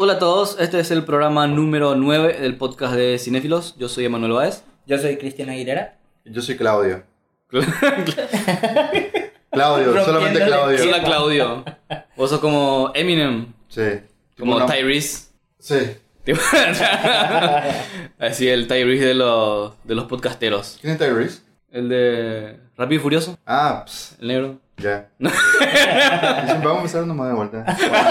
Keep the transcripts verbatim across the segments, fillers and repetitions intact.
Hola a todos, este es el programa número nueve del podcast de Cinéfilos. Yo soy Emanuel Báez. Yo soy Cristian Aguilera. Yo soy Claudio. Claudio, solamente Claudio. Hola Claudio. Vos sos como Eminem. Sí. Como una... Tyrese. Sí. Así el Tyrese de los, de los podcasteros. ¿Quién es Tyrese? El de Rápido y Furioso. Ah, pss. El negro. Ya. Dicen, vamos a empezar nomás de vuelta.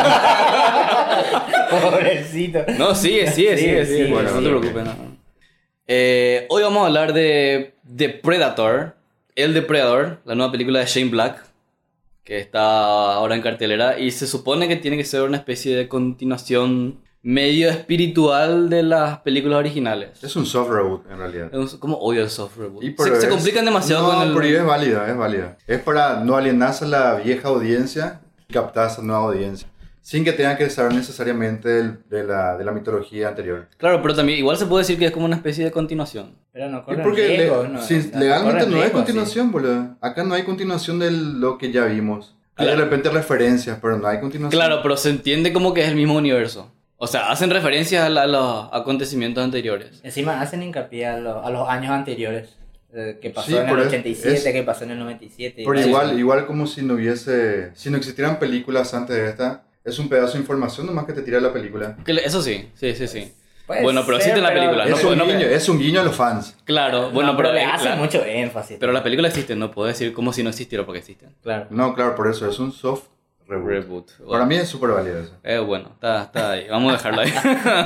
Pobrecito. No, sigue, sigue, Sí, sigue, sí, sigue. Bueno, sí, no te sí. preocupes. No. Eh, hoy vamos a hablar de The Predator. El Depredador, la nueva película de Shane Black, que está ahora en cartelera. Y se supone que tiene que ser una especie de continuación medio espiritual de las películas originales. Es un soft reboot, en realidad. Es como odio el soft reboot. Y Se, pero se es- complican demasiado no, con el... pero es válida, es válida. Es para no alienarse a la vieja audiencia y captar a esa nueva audiencia. Sin que tengan que saber necesariamente del- de, la, de la mitología anterior. Claro, pero también igual se puede decir que es como una especie de continuación. Pero no Y corren porque le- riesgo, no, sí, no legalmente corren no hay riesgo, continuación, boludo. Acá no hay continuación de lo que ya vimos. Hay Claro. de repente referencias, pero no hay continuación. Claro, pero se entiende como que es el mismo universo. O sea, hacen referencias a, la- a los acontecimientos anteriores. sí. Encima hacen hincapié a, lo- a los años anteriores. eh, Que pasó Sí, en el pero es- ochenta y siete, es- que pasó en el noventa y siete. Pero Sí, igual, sí. igual como si no hubiese, si no existieran películas antes de esta, es un pedazo de información nomás que te tira la película. Que le- Eso sí, sí, sí, sí. Puede Bueno, pero existe la película, Es, no, un no- guiño, es un guiño a los fans. Claro, bueno, No, pero, le eh, hacen la, mucho énfasis. pero la película existe, no puedo decir como si no existiera porque existen. Claro. No, claro, por eso es un soft reboot. Reboot. Para mí es súper válido eso. Eh, bueno, está, está ahí. Vamos a dejarlo ahí.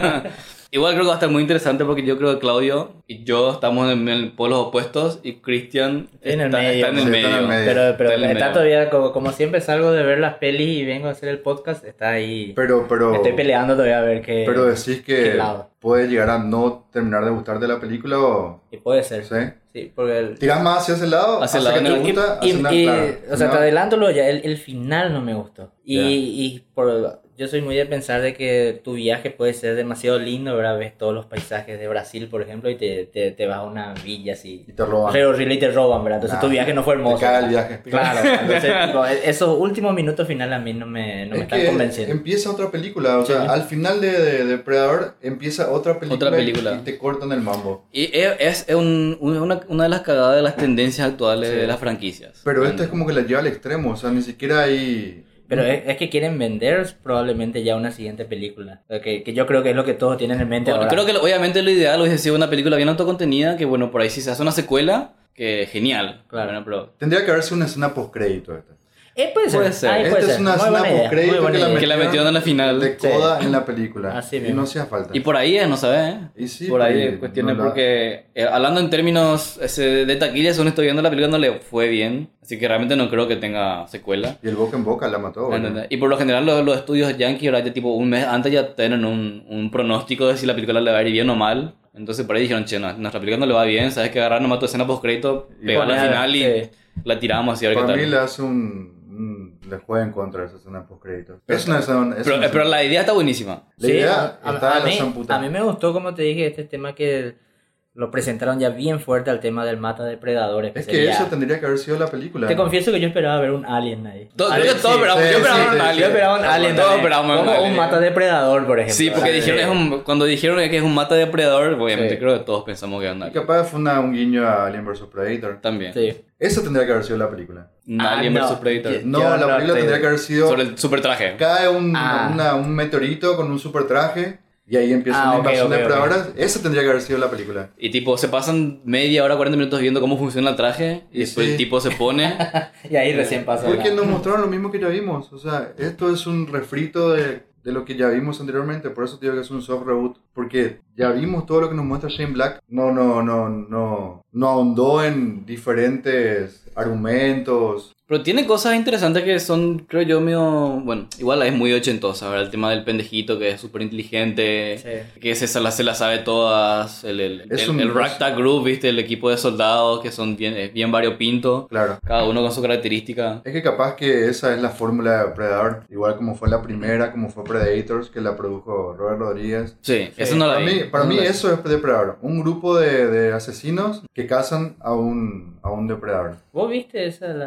Igual creo que va a estar muy interesante porque yo creo que Claudio y yo estamos en, en polos opuestos y Cristian En el está, medio. está en el Sí, medio. está en el medio. Pero, pero Está en el está medio. todavía, como, como siempre salgo de ver las pelis y vengo a hacer el podcast, está ahí. Pero, pero, Me estoy peleando todavía a ver qué. pero decís qué que lado. puede llegar a no terminar de gustarte la película o... Y puede ser. ¿Sí? Sí, porque el, ¿Tirás más hacia ese lado? Hacia el ¿Hacia lado que te negativo. gusta? Y, Hacia la- y- claro. o sea, No. te adelanto lo ya, el, el final no me gustó. Y, Ya. y por, yo soy muy de pensar de que tu viaje puede ser demasiado lindo, ¿verdad? Ves todos los paisajes de Brasil, por ejemplo, y te, te, te vas a una villa así. Y te roban. Re horrible y te roban, ¿verdad? Entonces Nah, tu viaje no fue hermoso. Te caga el viaje. Claro, entonces tipo, esos últimos minutos finales a mí no me, no me Es están que convenciendo. empieza otra película, o sea, Sí. al final de, de Depredador empieza otra película, Otra película. y te cortan el mambo. Y es, es un- una, una de las cagadas de las tendencias actuales Sí. de las franquicias. Pero esta es como que la lleva al extremo, o sea, ni siquiera hay... Pero es, es que quieren vender probablemente ya una siguiente película. O sea, Que, que yo creo que es lo que todos tienen en mente Bueno, ahora. creo que obviamente lo ideal hubiese sido una película bien autocontenida, que bueno, por ahí si se hace una secuela, que genial. Claro. Bueno, pero Tendría que haberse una escena post-crédito esta. Eh, puede ser. Puede ser. Ay, Esta puede es ser. una Muy escena buena idea, muy post-crédito buena que, la idea. Que la metieron en la final. de Sí. coda en la película. Así y mismo. no hacía falta. Y por ahí es, no sabes, ¿eh? Y sí, por ahí pero es cuestiones no la- porque, eh, hablando en términos ese, de taquilla, según estoy viendo la película no le fue bien, así que realmente no creo que tenga secuela. Y el boca en boca la mató. boludo. ¿Entendés? Y por lo general los, los estudios yankee, ahora ya tipo un mes antes ya tienen un, un pronóstico de si la película le va a ir bien o mal. Entonces por ahí dijeron, che, no, nuestra película no le va bien, sabes que agarrar nomás tu escena post crédito, Y pegar al poner- final y sí. la tiramos así a ver qué Para tal. mí le hace un... un- le juega en contra de esa escena post-crédito. Es una escena... es Pero, una eh, pero escena- la idea está buenísima. La Sí, idea a, está a en la mí, zamputa. a mí me gustó, como te dije, este tema que lo presentaron ya bien fuerte al tema del mata depredadores. Es que sería- eso tendría que haber sido la película. Te confieso que yo esperaba ver un alien ahí. Todo- creo Alien, que todos sí. esperamos, sí, yo esperaba sí, un sí, alien. Yo esperaba un alien. Todos también. esperábamos un Como alien. un mata depredador, por ejemplo. Sí, porque ¿verdad? dijeron, es un, cuando dijeron que es un mata depredador, obviamente Sí. creo que todos pensamos que es un Y alien. capaz fue una, un guiño a Alien versus. Predator. También. Sí. Eso tendría que haber sido la película. Un Ah, Alien no. versus Predator. Yo- No, yo la no película estoy- tendría que haber sido... Sobre el super traje. Cae un, Ah. una- un meteorito con un super traje y ahí empieza Ah, una ok, invasión ok, de ok. predadoras. Esa tendría que haber sido la película. Y tipo, se pasan media hora, cuarenta minutos viendo cómo funciona el traje y Y después sí. el tipo se pone. Y ahí recién pasó. Porque la- nos mostraron lo mismo que ya vimos. O sea, esto es un refrito de, de lo que ya vimos anteriormente. Por eso te digo que es un soft reboot. Porque ya vimos todo lo que nos muestra Shane Black. No, no, no, no. No ahondó en diferentes argumentos. Pero tiene cosas interesantes que son, creo yo, medio... Bueno, igual es muy ochentosa, ¿verdad? El tema del pendejito que es súper inteligente, Sí. que se, se las se las sabe todas, el, el, Es el, un- el Ragtag Group, ¿viste? El equipo de soldados que son bien, es bien variopinto, Claro. cada uno con su característica. Es que capaz que esa es la fórmula de Predator. Igual como fue la primera, como fue Predators, que la produjo Robert Rodríguez. Sí, eso no la Para vi. mí, para No mí la vi. eso es Depredador. Un grupo de, de asesinos que cazan a un, a un depredador. ¿Vos viste esa la,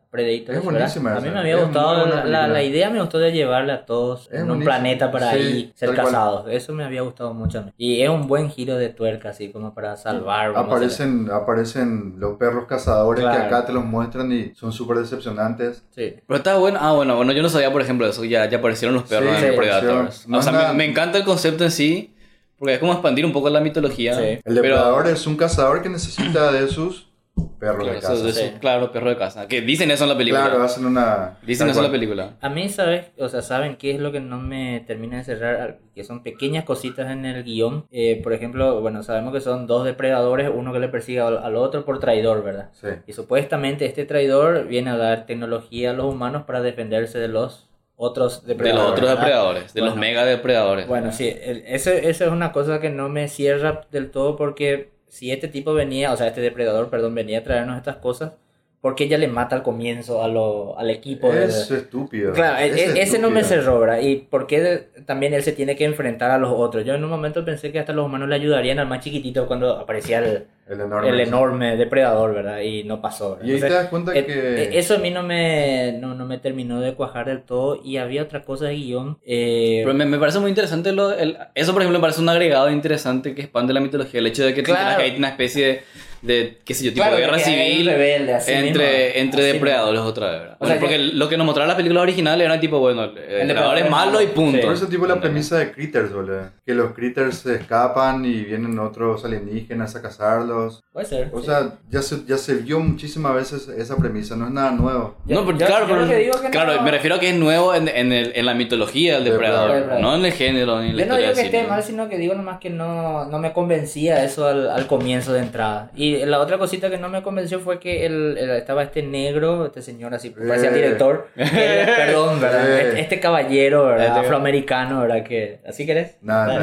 Predators, Es buenísima ¿verdad? A mí esa, me había es gustado, muy buena la, película. la idea me gustó de llevarle a todos Es en un buenísima. planeta para Sí, ahí ser tal cual. casados. Eso me había gustado mucho a mí. Y es un buen giro de tuerca, así como para salvar. vamos a decir. Aparecen, aparecen los perros cazadores Claro. que acá te los muestran y son súper decepcionantes. Sí. Pero está bueno. Ah, bueno, bueno, yo no sabía, por ejemplo, eso. Ya, ya aparecieron los perros Sí, en sí, Predators. no o sea, es nada- me, me encanta el concepto en sí, porque es como expandir un poco la mitología. Sí. El depredador es un cazador que necesita de sus perros Claro, de eso- casa. de su- Sí. claro, perro de casa. Que dicen eso en la película. Claro, hacen una... Dicen tal eso en la cual. película. A mí, ¿sabes? O sea, ¿saben qué es lo que no me termina de cerrar? Que son pequeñas cositas en el guión. Eh, por ejemplo, bueno, sabemos que son dos depredadores, uno que le persigue al, al otro por traidor, ¿verdad? Sí. Y supuestamente este traidor viene a dar tecnología a los humanos para defenderse de los otros De depredadores. los otros ¿verdad? depredadores, de los Bueno. mega depredadores. Bueno, sí, el- eso, eso es una cosa que no me cierra del todo porque si este tipo venía, o sea, este depredador, perdón, venía a traernos estas cosas, ¿por qué ella le mata al comienzo a lo, al equipo? de- Es estúpido. Claro, Es e- ese no me estúpido. cerró, ¿verdad? Y por qué de- también él se tiene que enfrentar a los otros. Yo en un momento pensé que hasta los humanos le ayudarían al más chiquitito cuando aparecía el, El enorme. el enorme depredador, ¿verdad? Y no pasó. ¿verdad? Y ahí te Entonces, das cuenta eh, que... eh, eso a mí no me, no, no me terminó de cuajar del todo. Y había otra cosa de guión. eh, Pero me, me parece muy interesante lo, el- eso, por ejemplo, me parece un agregado interesante que expande la mitología. El hecho de que tú Claro. tengas que hay una especie de, de, qué sé yo, tipo Claro, de guerra que hay civil un rebelde, así entre, mismo. entre Así depredadores otra vez, ¿verdad? O sea, Bueno, porque que- lo que nos mostraron las películas originales era tipo, bueno, el depredador depredador es es malo malo. y punto. Por eso tipo la ¿Entendés? premisa de Critters, boludo. Que los Critters se escapan y vienen otros alienígenas a cazarlos. Puede ser. O sí. sea, ya se, ya se vio muchísimas veces esa premisa, no es nada nuevo. Yo- No, pero yo- claro, yo pero, lo que digo que claro, no- me refiero a que es nuevo en, en, el, en la mitología del depredador, Depredador. no en el género ni en la Yo no historia digo que del esté cine. mal, sino que digo nomás que no, no me convencía eso al, al comienzo de entrada. Y la otra cosita que no me convenció fue que el, el- estaba este negro, este señor así, parecía Eh. director. que él- perdón, ¿verdad? Eh. Este, este caballero, ¿verdad? Este- Afroamericano, ¿verdad? Que, ¿así querés? Nada,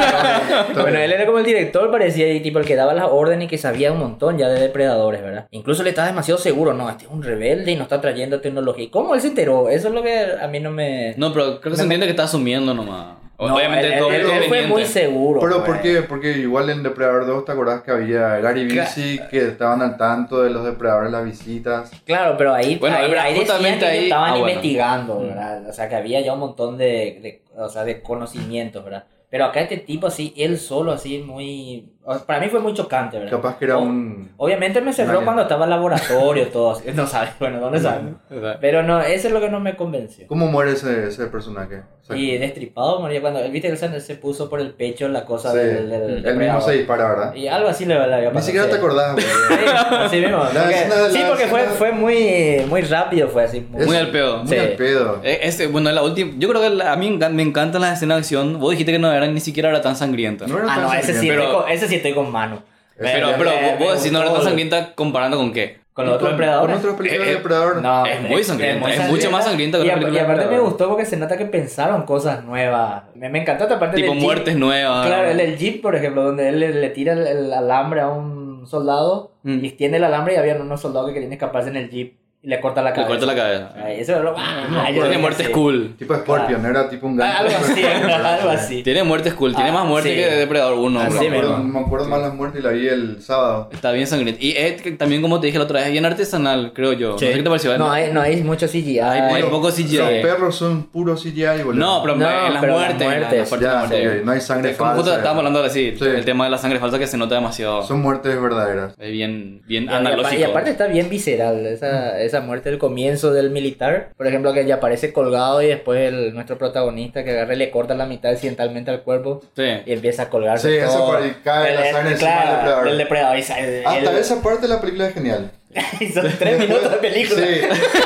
Bueno, él era como el director, parecía, y tipo el que daba las órdenes y que sabía un montón ya de depredadores, ¿verdad? Incluso le estaba demasiado seguro, no, este es un rebelde y nos está trayendo tecnología. ¿Y cómo él se enteró? Eso es lo que a mí no me... No, pero creo que se entiende que está asumiendo nomás. No, Obviamente él, todo él- es él fue conveniente. muy seguro. Pero pues. ¿por qué? Porque igual en Depredador dos te acordás que había Gary Busey que estaban al tanto de los depredadores, las visitas. Claro, pero ahí, Bueno, ahí, pero ahí decían justamente que ellos ahí- estaban ah, bueno. investigando, ¿verdad? O sea, que había ya un montón de, de, o sea, de conocimientos, ¿verdad? Pero acá este tipo así, él solo así, muy... o sea, para mí fue muy chocante, ¿verdad? Capaz que era O- un... Obviamente me cerró Vale. cuando estaba en laboratorio, todo así. No sabes, bueno, ¿dónde sabes? ¿Verdad? Pero no, eso es lo que no me convenció. ¿Cómo muere ese, ese personaje? O sea, Y destripado moría cuando, viste que él se, se puso por el pecho la cosa sí, del, del él mismo depredador. se dispara, ¿verdad? Y algo así le, le había pasado. Ni siquiera te sí. acordás, boludo. Sí, así mismo. La porque- escena de sí, la porque fue, escena- fue muy, muy rápido, fue así. Muy, Muy al pedo. Muy Sí. al pedo. Eh, Este, bueno, la última, yo creo que la- a mí encan- me encantan las escenas de acción. Vos dijiste que no eran ni siquiera era tan sangrienta. No era Ah, tan no, ese sí, sangriento. Pero- estoy con, ese sí estoy con mano. Pero, Eh, pero eh, vos me decís no era tan gustó. sangrienta comparando con qué. Con los otros Con- depredadores. Con otras películas Eh, de eh, Depredador. No, Es muy sangrienta, es mucho más sangrienta que y, una a- película y aparte de me Depredador. gustó porque se nota que pensaron cosas nuevas. Me, me encantó esta parte Tipo del jeep. muertes nuevas. Claro, el, el jeep, por ejemplo, donde él le, le tira el, el alambre a un soldado Mm. y extiende el alambre y había unos soldados que querían escaparse en el jeep y le corta la Le cabeza. corta la cabeza. Ay, eso era lo... ah, yo Tiene dije, muertes sí. cool. Tipo Scorpion, era tipo un Ah, gancho. algo así, algo así. Tiene muertes cool. Tiene Ah, más muerte sí. que Depredador uno. Así bro. No me acuerdo, mismo. no me acuerdo más las muertes y la vi el sábado. Está bien sangrienta. Y es que también, como te dije la otra vez, es bien artesanal, creo yo. Sí. No sé qué te pareció. No hay, no hay mucho C G I. Hay- hay poco C G I. Los eh. perros son puro C G I, boludo. No, pero No, en las pero las muertes. en las- muertes, las partes de la ya, muerte. sí, no hay sangre Es como justo falsa. estábamos hablando ahora, sí, Sí. el tema de la sangre falsa que se nota demasiado. Son muertes verdaderas. Es bien, bien Y, apa- analógico. y aparte está bien visceral esa, esa muerte del comienzo del militar. Por ejemplo, que ya aparece colgado y después el, nuestro protagonista que agarra y le corta la mitad accidentalmente al cuerpo Sí. y empieza a colgarse Sí, esa todo. parte, y cae la El- sangre el- encima del claro, depredador. del depredador. Y sale- Hasta el- esa parte de la película es genial. y son tres minutos de película. Sí.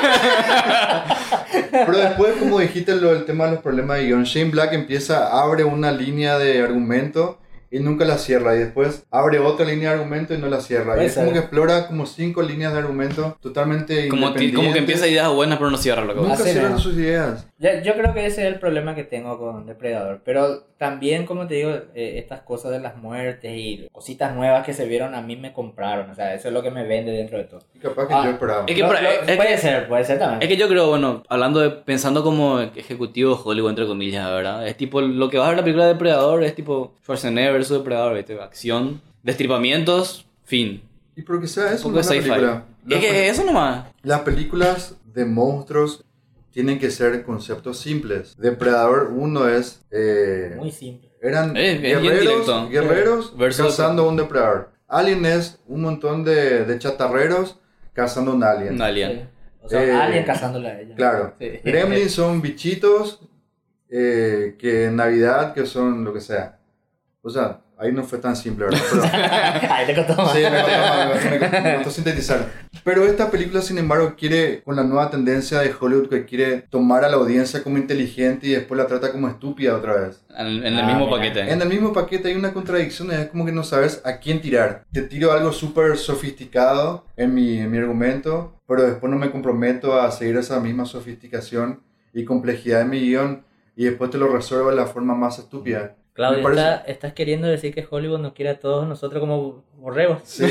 Pero después, como dijiste, lo, el tema de los problemas de guión, Shane Black empieza, abre una línea de argumento y nunca la cierra. Y después abre otra línea de argumento y no la cierra. Puede Y es como ser. que explora como cinco líneas de argumento totalmente Como, ti- como que empieza ideas buenas, pero no cierra lo que Nunca pasa. Así cierran mismo. sus ideas. Ya- yo creo que ese es el problema que tengo con Depredador. Pero también, como te digo, eh, estas cosas de las muertes y cositas nuevas que se vieron a mí me compraron. O sea, eso es lo que me vende dentro de todo. Y capaz que Ah, yo esperaba. es que Lo- para- lo- es puede que- ser, puede ser también. Es que yo creo, bueno, hablando de, pensando como ejecutivo de Hollywood, entre comillas, ¿verdad? Es tipo, lo que vas a ver en la película de Depredador es tipo Schwarzenegger versus Depredador, ¿viste? Acción, destripamientos, fin. Y pero que sea Un eso, poco no de una sci-fi. película. Es Las, que pe- eso nomás. las películas de monstruos tienen que ser conceptos simples. Depredador uno es... eh, Muy simple. eran Es- es bien guerreros, directo. guerreros Sí. Versus- cazando a un depredador. Alien es un montón de, de chatarreros cazando a un alien. Un alien. Sí. O sea, Eh, alguien cazándola a ella. Claro. Sí. Gremlins son bichitos eh, que en Navidad que son lo que sea. O sea, ahí no fue tan simple, ¿verdad? Pero, Ahí te contó más. sí, me costó, más, me, me- me costó sintetizar. Pero esta película, sin embargo, quiere, con la nueva tendencia de Hollywood, que quiere tomar a la audiencia como inteligente y después la trata como estúpida otra vez. En, en el Ah, mismo mira. paquete. En el mismo paquete hay una contradicción, es como que no sabes a quién tirar. Te tiro algo súper sofisticado en mi, en mi argumento, pero después no me comprometo a seguir esa misma sofisticación y complejidad de mi guión y después te lo resuelvo de la forma más estúpida. Claudio, Me parece- está- estás queriendo decir que Hollywood nos quiere a todos nosotros como borregos. Sí,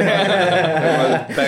tal cual,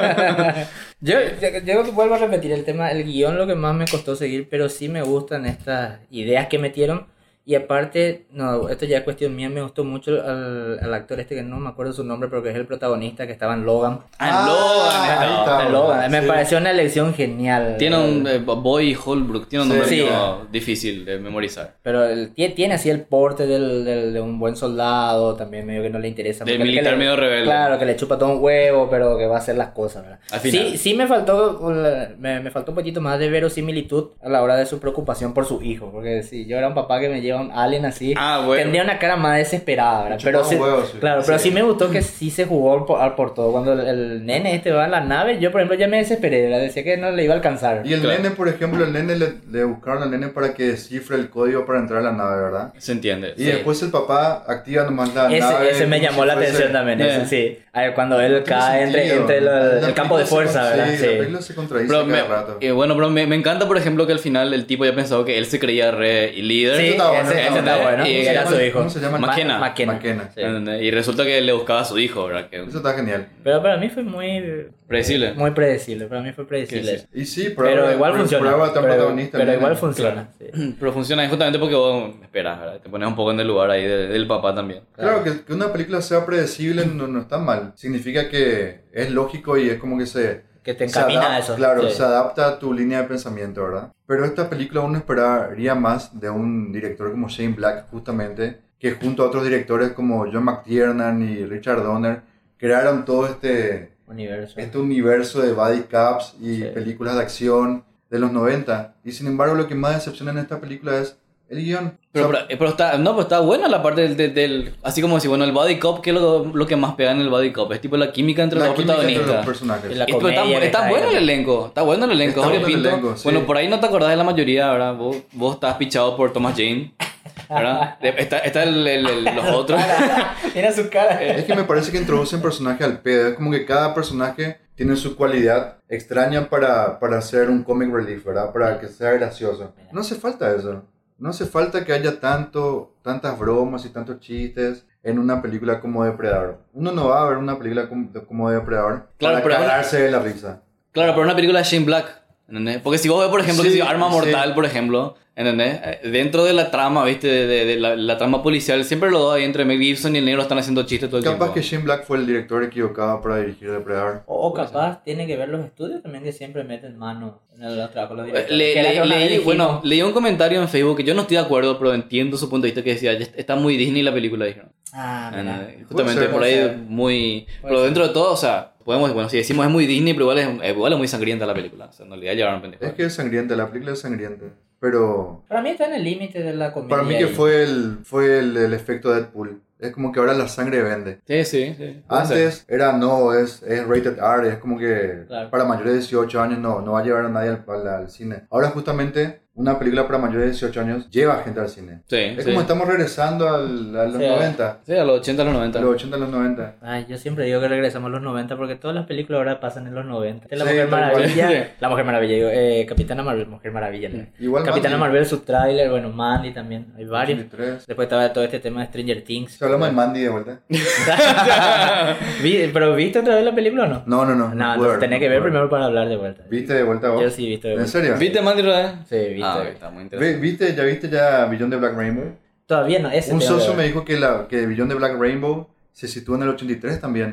sí. Yo, yo, yo vuelvo a repetir el tema, el guión lo que más me costó seguir, pero sí me gustan estas ideas que metieron. Y aparte, no, esto ya es cuestión mía, me gustó mucho al, al actor este que no me acuerdo su nombre, pero que es el protagonista que estaba en Logan. Ah, Logan, ahí estaba. está. En Logan, me sí. pareció una elección genial. Tiene un eh, Boy Holbrook, tiene un Sí. nombre Sí. medio difícil de memorizar. Pero el, tie- tiene así el porte del, del- de un buen soldado, también medio que no le interesa. Del porque que militar le- medio rebelde. Claro, que le chupa todo un huevo, pero que va a hacer las cosas, ¿verdad? Al final. Sí, sí me faltó, uh, me, me faltó un poquito más de verosimilitud a la hora de su preocupación por su hijo, porque si yo era un papá que me lleva un alien así, Ah, bueno. tendría una cara más desesperada, ¿verdad? Le Pero chupaba sí, un huevo, sí. claro, pero Sí. sí me gustó que sí se jugó por, por todo. Cuando el, el nene este va en la nave, yo por ejemplo ya me desesperé, ¿verdad? Decía que no le iba a alcanzar. Y el Claro. nene, por ejemplo, el nene le, le buscaron al nene para que descifre el código para entrar a la nave, ¿verdad? Se entiende. Y Sí. después el papá activa nomás la Ese, nave. ese me como llamó si la fuese- atención también, Eh. ese sí. A ver, cuando él No tiene cae entre, sentido. entre lo- La el película campo de se con- fuerza, ¿verdad? Sí, Sí. la película se contradice Pero me, cada rato. eh, bueno, pero me, me encanta, por ejemplo, que al final el tipo ya pensaba que él se creía re líder. Sí, Eso está bueno, ese, está ese está bueno. bueno. Y Y ¿Cómo se era llama? su hijo. ¿Cómo se llama? McKenna. McKenna. McKenna. Sí. ¿Entendés? Y resulta que le buscaba a su hijo, ¿verdad? Que Eso está genial. Pero para mí fue muy, predecible. muy predecible. Para mí fue predecible. Sí, Y sí, por Pero ahora- igual por- funciona. por ahora está Pero, protagonista, pero el igual nene. funciona. Sí. Pero funciona justamente porque vos esperas, ¿verdad? Te pones un poco en el lugar ahí de- del papá también. Claro, que, que una película sea predecible no, no está mal. Significa que es lógico y es como que se... Que te se encamina adapta- a eso. Claro, Sí. se adapta a tu línea de pensamiento, ¿verdad? Pero esta película uno esperaría más de un director como Shane Black, justamente, que junto a otros directores como John McTiernan y Richard Donner, crearon todo este, Universo. este universo de body cups y Sí. películas de acción de los noventa. Y sin embargo, lo que más decepciona en esta película es el guión. Pero, O sea, pero, eh, pero está, no, pero está buena la parte del, del, del- así como si, bueno, el body cop, ¿qué es lo, lo que más pega en el body cop? Es tipo la química entre la los química entre protagonistas. los personajes. Y la- Y- pero está, comedia que está está bueno ahí. el elenco, está bueno el elenco. Está Jorge bueno el Pinto. elenco, sí. Bueno, por ahí no te acordás de la mayoría, ¿verdad? Vos, vos estás pichado por Thomas Jane, ¿verdad? De- Está, está el, el- el- los otros. Mira su cara. Es que me parece que introducen personajes al pedo. Es como que cada personaje tiene su cualidad extraña para, para hacer un comic relief, ¿verdad? Para que sea gracioso. No hace falta eso. No hace falta que haya tanto, tantas bromas y tantos chistes en una película como Depredador. Uno no va a ver una película como, como Depredador Claro, para pero- cagarse de la risa. Claro, pero una película de Shane Black, ¿entendés? Porque si vos ves, por ejemplo, Sí, que si Arma sí. Mortal, por ejemplo, ¿entendés? Eh, Dentro de la trama, ¿viste? De, de- de la, la trama policial, siempre los dos ahí entre Mel Gibson y el negro están haciendo chistes todo el Capaz tiempo. que Shane Black fue el director equivocado para dirigir Depredador. O, o capaz tiene que ver los estudios también que siempre meten mano en el trabajo los Eh, directores. Le- Que era le- que una vez leí, dijimos- bueno, leí un comentario en Facebook que yo no estoy de acuerdo, pero entiendo su punto de vista que decía, "Ya está muy Disney la película", dijeron. Ah, mira. Eh, Justamente ser, por puede ahí ser. muy... Puede Pero ser. dentro de todo, o sea, podemos, bueno, si decimos es muy Disney, pero igual es, igual es muy sangrienta la película. O sea, no le voy a llevar un pendejo. Es que es sangrienta, la película es sangrienta. Pero Para mí está en el límite de la comedia. para mí que ahí. fue el, fue el, el efecto Deadpool. Es como que ahora la sangre vende. Sí, sí, sí. Puede ser. Antes era no, es, es rated R, es como que Claro. para mayores de dieciocho años no, no va a llevar a nadie al, al- al cine. Ahora justamente una película para mayores de dieciocho años lleva gente al cine. Sí, Es sí. como estamos regresando al, a los Sí. noventa, Sí, a los ochenta, a los a noventa. los ochenta, a los noventa. Ay, yo siempre digo que regresamos a los noventa porque todas las películas ahora pasan en los noventa. La Sí, Mujer tal cual. Maravilla, Sí. la Mujer Maravilla, digo, eh, Capitana Marvel, Mujer Maravilla. ¿no? Igual Capitana Mandy, Marvel, su tráiler, bueno, Mandy también, hay varios. ochenta y tres. Después estaba todo este tema de Stranger Things. Si hablamos de Mandy de vuelta. Vi- ¿Pero viste otra vez la película o no? No, no, no. No, no entonces pude ver, tenés no que ver pude primero para hablar de vuelta. ¿Viste de vuelta vos? Yo sí he visto de ¿En vuelta. serio? ¿Viste Mandy Rodríguez? Sí, he visto. Ah, de ok, vuelta. está muy Ve- interesante. ¿Viste, ¿Ya viste ya Beyond the Black Rainbow? Todavía no, ese Un tengo que socio ver. me dijo que, la, que Beyond the Black Rainbow se sitúa en el ochenta y tres también.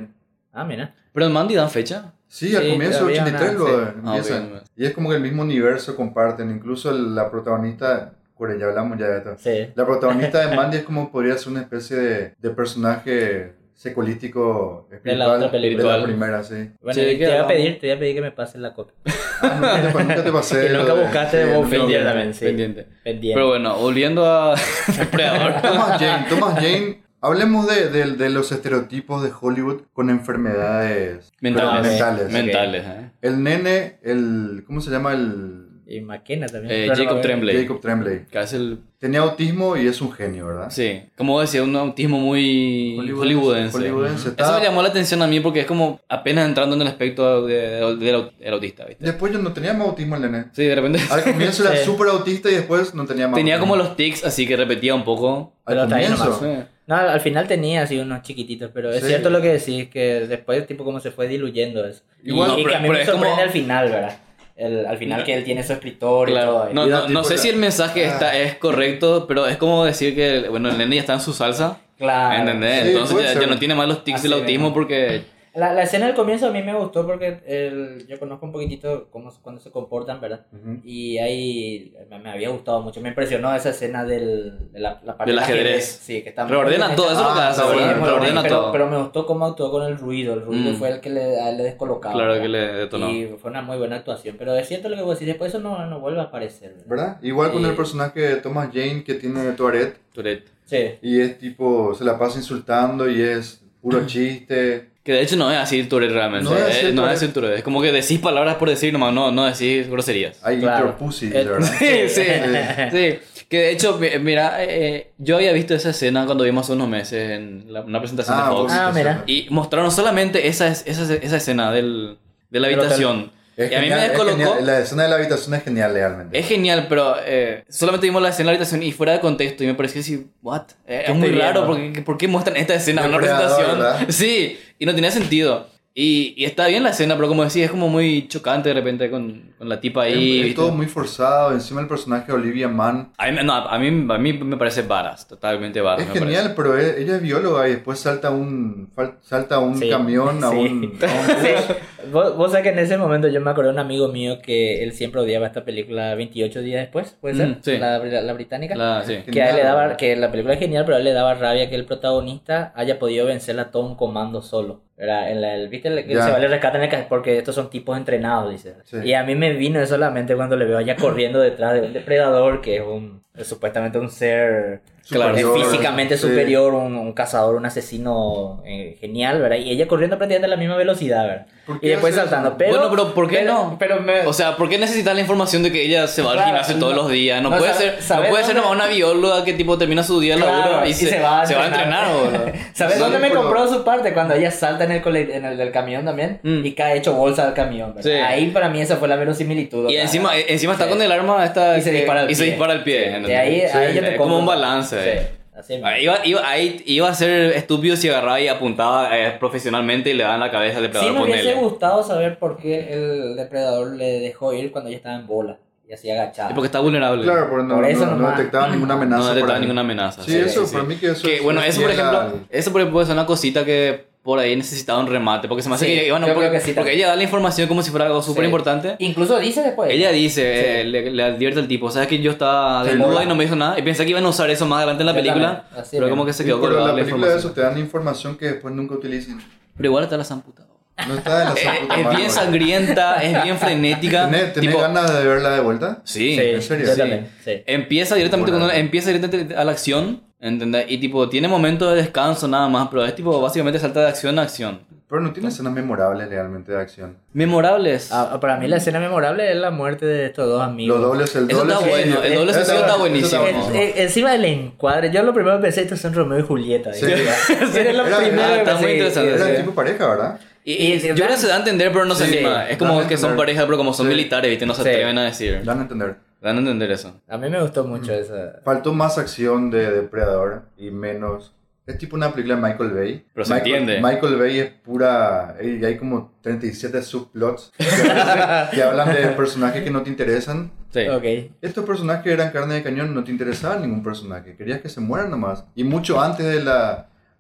Ah, mira. Pero en Mandy dan fecha. Sí, al Sí, comienzo de había ochenta y tres una- lo sí. empiezan. Ah, ok. Y es como que el mismo universo comparten. Incluso el- la protagonista, bueno, ya hablamos ya de esto. Sí. La protagonista de Mandy es como podría ser una especie de, de personaje psicolítico espiritual otra película. de la primera, sí. Bueno, Sí, y que te voy a hablamos. pedir, te voy a pedir que me pases la copia. Ah, nunca, te, nunca te pasé. Y nunca lo de- buscaste de sí, Bob nunca Fincher busqué. también, sí. Pendiente. Pendiente. Pero bueno, volviendo a Depredador. Thomas Jane, Thomas Jane. Hablemos de, de, de los estereotipos de Hollywood con enfermedades Mentales. mentales. Ok. Mentales, ¿eh? El nene, el ¿cómo se llama? El Y McKenna también. Eh, Pero Jacob no, Tremblay. Jacob Tremblay. Que hace el... Tenía autismo y es un genio, ¿verdad? Sí, como vos decías, un autismo muy hollywoodense. Hollywoodense. Eso Estaba- me llamó la atención a mí porque es como apenas entrando en el aspecto de- de- del au- del autista, ¿viste? Después yo no tenía más autismo el nene. Sí, de repente Al comienzo era Sí. súper autista y después no tenía más tenía como autismo. los tics, así que repetía un poco. Al Pero hasta ahí comienzo. nomás. Sí. No, al final tenía así unos chiquititos, pero es Sí. cierto lo que decís, que después tipo como se fue diluyendo eso. Igual, y, y pero- que a mí pero me es como- sorprende al final, ¿verdad? El, al final que él tiene su escritor y todo. No, Y no, era no tipo sé la- si el mensaje Ah. está, es correcto, pero es como decir que, bueno, el nene ya está en su salsa, Claro. ¿entendés? Sí, Entonces puede ya, ser. ya no tiene más los tics Así del autismo mismo. porque... La, la escena del comienzo a mí me gustó porque el, yo conozco un poquitito cómo cuando se comportan, ¿verdad? Ujú. Y ahí me, me había gustado mucho. Me impresionó esa escena del, de la, la parte Del ajedrez. Sí, que está muy Reordena bien todo, hecha. eso es lo que Ah, hace, sí, ¿verdad? muy Pero- Reordena pero, todo. pero me gustó cómo actuó con el ruido. El ruido Mm. fue el que le, a él le descolocaba. Claro ¿verdad? que le detonó. Y fue una muy buena actuación. Pero es cierto lo que vos decís, después eso no, no vuelve a aparecer. ¿verdad? ¿Verdad? Igual con Y- el personaje de Thomas Jane que tiene Tourette Tourette. Sí. y es tipo, se la pasa insultando y es puro chiste. Que de hecho no es así Tourette realmente. No es No así es, el no Tourette. es así Tourette. Es como que decís palabras por decir nomás, no, no decís groserías. I eat Claro. your pussy, El- ¿verdad? Sí, sí, sí. Que de hecho, mi- mira, eh, yo había visto esa escena cuando vimos hace unos meses en la- una presentación Ah, de Fox. vos Ah, viste mira. eso. Y mostraron solamente esa, esa, esa escena del, de la Del hotel. habitación. Es y a mí genial, me es descolocó. genial. La escena de la habitación es genial realmente. Es genial, pero eh, solamente vimos la escena de la habitación y fuera de contexto. Y me pareció así, ¿what? Eh, ¿Qué es muy estoy raro, viendo? porque ¿por qué muestran esta escena en una Depredador, presentación? ¿verdad? Sí, y no tenía sentido. Y, y está bien la escena, pero como decía, es como muy chocante de repente con, con la tipa ahí. Es, es ¿viste? todo muy forzado. Encima el personaje de Olivia Mann A mí, me- no, a, mí, a mí me parece varas, totalmente varas. es me genial, pero e- ella es bióloga y después salta un fal- salta un Sí, camión a sí. un, a un bus. Vos, vos sabés que en ese momento yo me acordé de un amigo mío que él siempre odiaba esta película veintiocho días después, ¿puede ser? Mm, sí. La, la, la británica. parece. La- sí. Que a él le Genial, daba, ¿verdad? que la película es genial, pero a él le daba rabia que el protagonista haya podido vencerla a todo un comando solo. Era en la, el, ¿viste? El, que Ya. se va le rescata en el ca- porque estos son tipos entrenados, dice. Sí. Y a mí me vino solamente cuando le veo allá corriendo detrás de un depredador que es un es supuestamente un ser Claro, es Superior, físicamente sí. superior, un, un cazador, un asesino eh, genial, ¿verdad? Y ella corriendo prácticamente a la misma velocidad, ¿verdad? ¿Por Y qué después hace eso? saltando. Pero, Bueno, pero ¿por qué pero- no? Pero me, O sea, ¿por qué necesitas la información de que ella se va al Claro, gimnasio todos no- los días? No, no puede sabe- ser, no ¿sabes puede ser dónde- nomás una bióloga que tipo termina su día de Claro, laburo y, y se, se va a se va a entrenar. entrenar. boludo. ¿Sabes Sí, dónde me pero- compró su parte? Cuando ella salta en el, cole- en el del camión también Mm. y cae hecho bolsa del camión. ¿verdad? Sí. Ahí para mí esa fue la verosimilitud. Y ¿verdad? encima, eh, encima está Sí. con el arma esta Y se que- dispara al y se pie. dispara al pie. Sí, ¿entendés? de ahí- Sí, ahí yo te es como pongo- un balance. Sí, así mismo. Ah, Iba, iba, ahí, iba a ser estúpido si agarraba y apuntaba eh, profesionalmente y le daban la cabeza al Sí depredador. me hubiese ponele. gustado saber por qué el depredador le dejó ir cuando ella estaba en bola y así agachada. Y porque está vulnerable. Claro, porque no, Por eso no, no nomás. detectaba ninguna amenaza. no por detectaba ahí. ninguna amenaza. Sí, eso, para mí que eso Que, es- bueno, es eso por fiel ejemplo, al- eso por ejemplo puede ser una cosita que por ahí necesitaba un remate. Porque se me hace Sí, que, bueno, yo porque, creo que sí porque también. ella da la información como si fuera algo súper Sí. importante. Incluso dice después. Ella dice, Sí. eh, le, le advierte al tipo, ¿sabes que yo estaba Sí, desnuda hola. y no me dijo nada? Y pensé que iban a usar eso más adelante en la Yo película, también, así pero mismo. como que se Sí, quedó pero colgada la la película de eso información. te dan información que después nunca utilicen. Pero igual está la zamputada. No está de la Es, puta es madre. bien sangrienta, es bien frenética. ¿Tenés, tenés tipo, ganas de verla de vuelta? Sí, Sí, ¿en serio? yo Sí. también, sí. Empieza directamente Bueno. cuando empieza directamente a la acción, ¿entendés? Y tipo, tiene momentos de descanso nada más, pero es tipo, básicamente salta de acción a acción. Pero no tiene escenas memorables realmente de acción. Memorables. Ah, para mí la escena memorable es la muerte de estos dos amigos. Los dobles, el Eso doble. está sí, bueno, el doble eso sentido está buenísimo. eso En- en- encima del encuadre, yo lo primero que pensé, estos son Romeo y Julieta. Sí. ¿verdad? Era lo Era- primero era- que está muy pensé, interesante, Era sí. tipo pareja, ¿verdad? Y, Y- y yo creo que se da a entender, pero no se Sí, anima. Es dan como a que son entender. pareja, pero como son Sí. militares, ¿viste? No se Sí. atreven a decir. Dan a entender. Dan a entender eso. A mí me gustó mucho esa. Faltó más acción de Depredador y menos. Es tipo una película de Michael Bay. Pero se Michael, entiende. Michael Bay es pura. Y hay como treinta y siete subplots que, que hablan de personajes que no te interesan. Sí. Ok. Estos personajes eran carne de cañón, no te interesaba ningún personaje. Querías que se mueran nomás. Y mucho antes de la,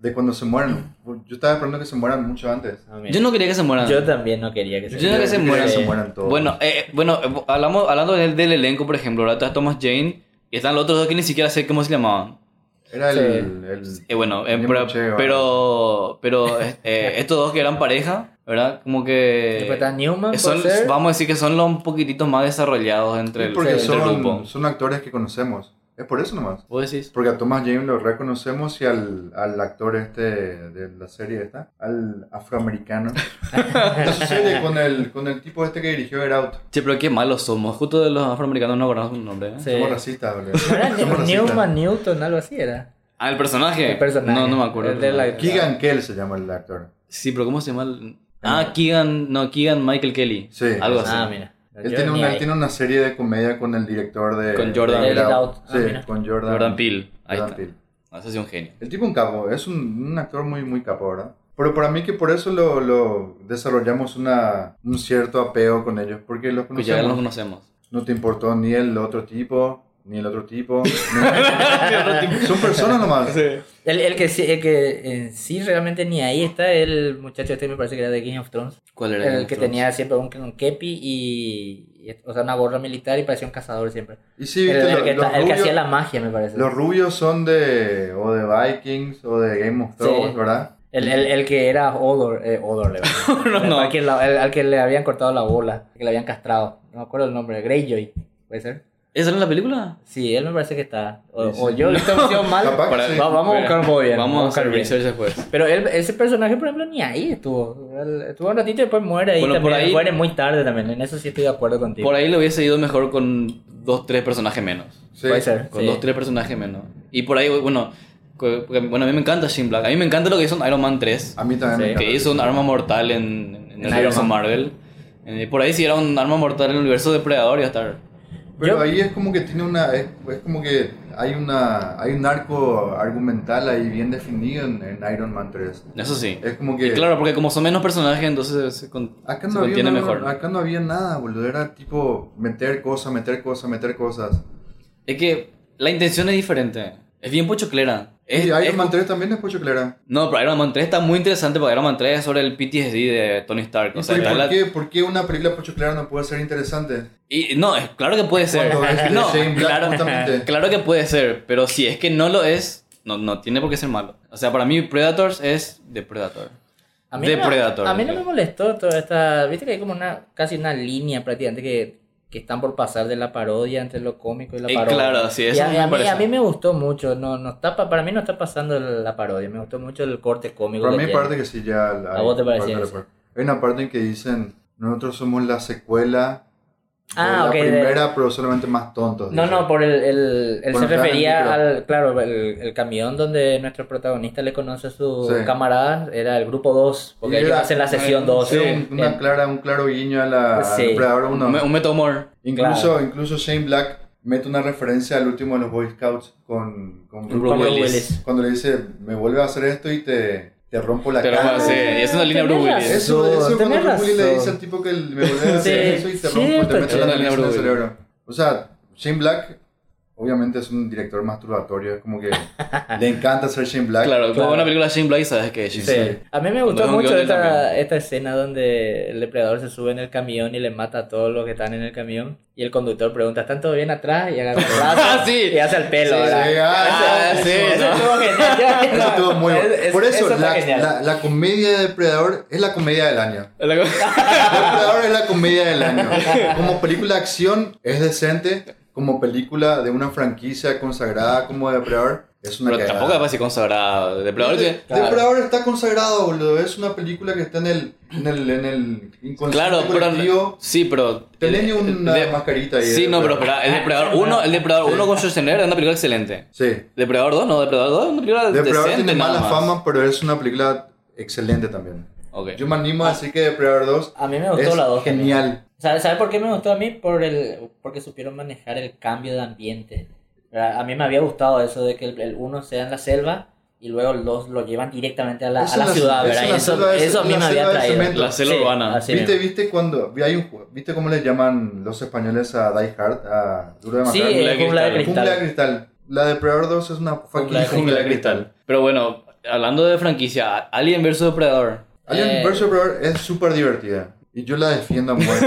de cuando se mueren. Yo estaba esperando que se mueran mucho antes. Ah, mira. Yo no quería que se mueran. Yo también no quería que se Yo no quería que se Yo quería mueran. que se mueran todos. Bueno, eh, bueno eh, hablamos, hablando del, del elenco, por ejemplo, ahora está Thomas Jane y están los otros dos que ni siquiera sé cómo se llamaban. Era el... Sí. el Eh, bueno, eh, Mismo pero, Che, pero, pero eh, estos dos que eran pareja, ¿verdad? Como Después que está Newman, son, puede ser. vamos a decir que son los un poquitito más desarrollados entre Sí, el, porque entre el grupo. son, son actores que conocemos. Es por eso nomás. ¿Vos decís? Porque a Thomas Jane lo reconocemos y al, al actor este de la serie esta, al afroamericano. De su serie con el, con el tipo este que dirigió Get Out. Che, pero qué malos somos. Justo de los afroamericanos no acordamos su nombre. ¿eh? Sí. Somos racistas, boludo. ¿No era Somos racistas. Newman Newton, algo así era? Ah, el personaje. El personaje. No, no me acuerdo. El de la- Keegan Kell se llama el actor. Sí, pero ¿cómo se llama? el- Ah, Keegan, no, Keegan Michael Kelly. Sí. Algo así. Ah, mira. Él Yo tiene ni una, ahí. él tiene una serie de comedia con el director de... Con Jordan. de De Get Get Out. Out. Ah, Sí, mira. con Jordan. Jordan Peele. Ahí Jordan está. Peele. Ah, ese sí es un genio. El tipo un capo, es un, un actor muy, muy capo, ¿verdad? Pero para mí que por eso lo, lo desarrollamos una, un cierto apego con ellos, porque los Pues ya los conocemos. conocemos. No te importó ni el otro tipo, ni el otro tipo. ni- Son personas nomás. El, el que sí, el que en sí realmente ni ahí está el muchacho este, me parece que era de Game of Thrones. ¿Cuál era? El que tenía siempre un, un kepi y, y- o sea, una gorra militar y parecía un cazador siempre. Y sí, El, viste, el lo- que, los, ta- el que hacía rubios, la magia, me parece. los rubios son de o de Vikings o de Game of Thrones, Sí. ¿verdad? El, el, el que era Odor, eh, Odor, le No, no. Al, que la- el- al que le habían cortado la bola, que le habían castrado. No me acuerdo el nombre, Greyjoy, ¿puede ser? ¿Esa no es la película? Sí, él me parece que está. O, Sí, o sí. yo lo estoy haciendo mal. Capaz que Para- sí. Va- vamos a buscar un poco bien. Vamos a hacer buscar bien. research después. Pero él, ese personaje, por ejemplo, ni ahí estuvo. Él estuvo un ratito y después muere ahí. Bueno, también. por ahí- Muere muy tarde también. En eso sí estoy de acuerdo contigo. Por ahí lo hubiese ido mejor con dos, tres personajes menos. Sí. Puede ser. Con sí. dos, tres personajes menos. Y por ahí, bueno, co- porque, bueno, a mí me encanta Shane Black. A mí me encanta lo que hizo en Iron Man tres. A mí también Sí. me encanta. Que hizo un arma mortal en, en el En universo Iron Man. Marvel. Eh, por ahí si era un arma mortal en el universo Depredador iba a estar... Pero Yo- ahí es como que tiene una, es, es como que hay una, hay un arco argumental ahí bien definido en, en Iron Man tres. Eso sí. Es como que Y claro, porque como son menos personajes, entonces se, con- acá se no, había contiene una- mejor. acá no había nada, boludo. Era tipo meter cosas, meter cosas, meter cosas. Es que la intención es diferente. Es bien pochoclera. Es, y Iron es- Man tres también es pochoclera. No, pero Iron Man tres está muy interesante porque Iron Man tres es sobre el P T S D de Tony Stark. ¿Y O sea, por, está por la- qué, por qué una película pochoclera no puede ser interesante? y, no, es, claro que puede ser. Cuando es de No, Shane Black, claro, justamente. claro que puede ser, pero si es que no lo es, no, no tiene por qué ser malo. O sea, para mí Predators es de Predator. A mí, de no, Predator, a mí no dije. me molestó toda esta. Viste que hay como una casi una línea prácticamente que, que están por pasar de la parodia entre lo cómico y la Eh, parodia. claro, sí, eso y a, me a mí, parece. a mí me gustó mucho. No, no está pa- para mí no está pasando la parodia. Me gustó mucho el corte cómico. Para que mí tiene. parte que sí ya... la- ¿A vos te parte parecía de la eso? parte. Hay una parte en que dicen, nosotros somos la secuela de Ah, la ok, de- primera, pero solamente más tontos. No, dicen. no, por el, el, él Por se entrar en el refería micro. al, claro, el, el camión donde nuestro protagonista le conoce a su Sí. camarada, era el grupo dos, porque Y ellos era- hacen la sesión dos. Sí, un, una clara, un claro guiño a la Sí. al Depredador uno. Un, un Metamor. Incluso, incluso Shane Black mete una referencia al último de los Boy Scouts con, con Bruce Con Bruce Willis. Willis. cuando le dice, me vuelve a hacer esto y te, te rompo la Pero cara. bueno, sí, y es una línea Tenés Bruce Willis. razón. Eso, eso cuando Tenés Bruce Willis le razón. dice al tipo que me vuelve a hacer Sí, eso y te sí, rompo, te pero meto es la una nariz línea en el Bruce Willis. cerebro. O sea, Shane Black obviamente es un director masturbatorio, es como que le encanta ser Shane Black. Claro, Claro. como una película de Shane Black, sabes que es Sí. Shane. A mí me gustó Cuando mucho Guion esta, también. esta escena donde el depredador se sube en el camión y le mata a todos los que están en el camión. Y el conductor pregunta, ¿están todos bien atrás? Y agarra el brazo Sí. y hace el pelo. Sí, ¿verdad? sí, ah, Ah, eso- sí, eso- Eso ¿no? estuvo genial. Eso estuvo muy bueno. Es- es- Por eso, está la, genial. la, la comedia de Depredador es la comedia del año. Depredador es la comedia del año. Como película de acción es decente. Como película de una franquicia consagrada como Depredador es una Pero cagada. tampoco es casi consagrado. Depredador De- que... Claro. Depredador está consagrado, boludo. Es una película que está en el, en el, en el inconsciente Claro, pero... colectivo. Sí, pero... Tenés una de- mascarita ahí. Sí, de no, pero Depredador. espera, el Depredador uno, el Depredador uno con Schwarzenegger es una película excelente. Sí. Depredador dos, no, Depredador dos es una película Depredador decente tiene nada mala más. fama, pero es una película excelente también. Ok. Yo me animo a decir que Depredador dos A mí me gustó es la dos. genial. ¿Sabes sabe por qué me gustó a mí? Por el, porque supieron manejar el cambio de ambiente. ¿Verdad? A mí me había gustado eso de que el, el uno sea en la selva y luego el dos lo llevan directamente a la, Es a la una- ciudad, es ¿verdad? una Eso, selva de- eso a mí la me había selva de traído. cemento. La selva Sí, urbana. así ¿Viste, mismo. viste cuando hay un ju- ¿Viste cómo le llaman los españoles a Die Hard? A Duro de Sí, Matar. eh, jungla de Cristal. Jungla de cristal. Cristal. La de Depredador dos es una fucking Jungla de jungla de cristal. Pero bueno, hablando de franquicia, Alien versus Depredador. Alien Eh. versus. Predator es súper divertida. Y yo la defiendo a muerte.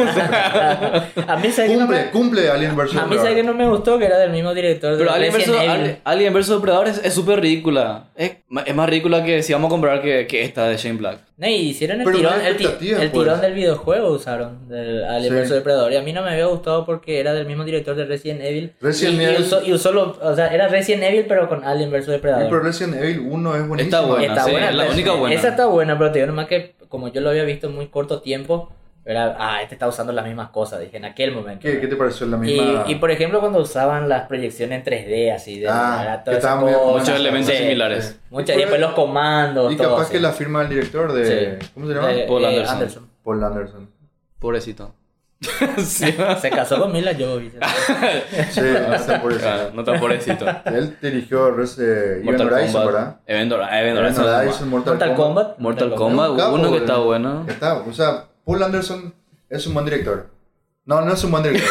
A mí sabe que no cumple, me, cumple Alien versus. a mí sabe que no me gustó que era del mismo director de Pero Alien Resident versus, Evil. Ali- Alien versus Depredador es es súper ridícula. Es, ma- es más ridícula que si vamos a comparar que, que esta de Shane Black. No, y hicieron el Pero no tirón, hay el, ti- expectativas, el pues. tirón del videojuego usaron, del Alien Sí. versus Depredador. Y a mí no me había gustado porque era del mismo director de Resident Evil. Resident y, y Evil- usó, y usó lo- o sea, era Resident Evil pero con Alien versus Y Depredador. pero Resident Evil uno es buenísimo. Está buena, Está sí, buena, es la pero- única buena. Esa está buena, pero te digo nomás que como yo lo había visto en muy corto tiempo, era, ah, este está usando las mismas cosas, dije, en aquel momento. ¿Qué, ¿no? ¿Qué te pareció la Y, misma? y por ejemplo cuando usaban las proyecciones en tres D así de Ah, era que toda esa estaban muy- cosa, Muchos elementos sí, similares. muchas- y después los comandos, Y todo capaz así. que la firma del director de. Sí. ¿Cómo se llama? De- Paul eh, Anderson. Paul Anderson. Pobrecito. sí. Se casó con Mila Jovovich. Sí, está por eso. Ah, no tan pobrecito. Él dirigió Res- eh, Event Mortal Horizon, Kombat. ¿verdad? Event Hor- Event Event Horizon. Horizon, Mortal, Mortal Kombat. Mortal Es Kombat, un capo, uno que boludo. está bueno. Está, o sea, Paul Anderson es un buen director. No, no es un buen director.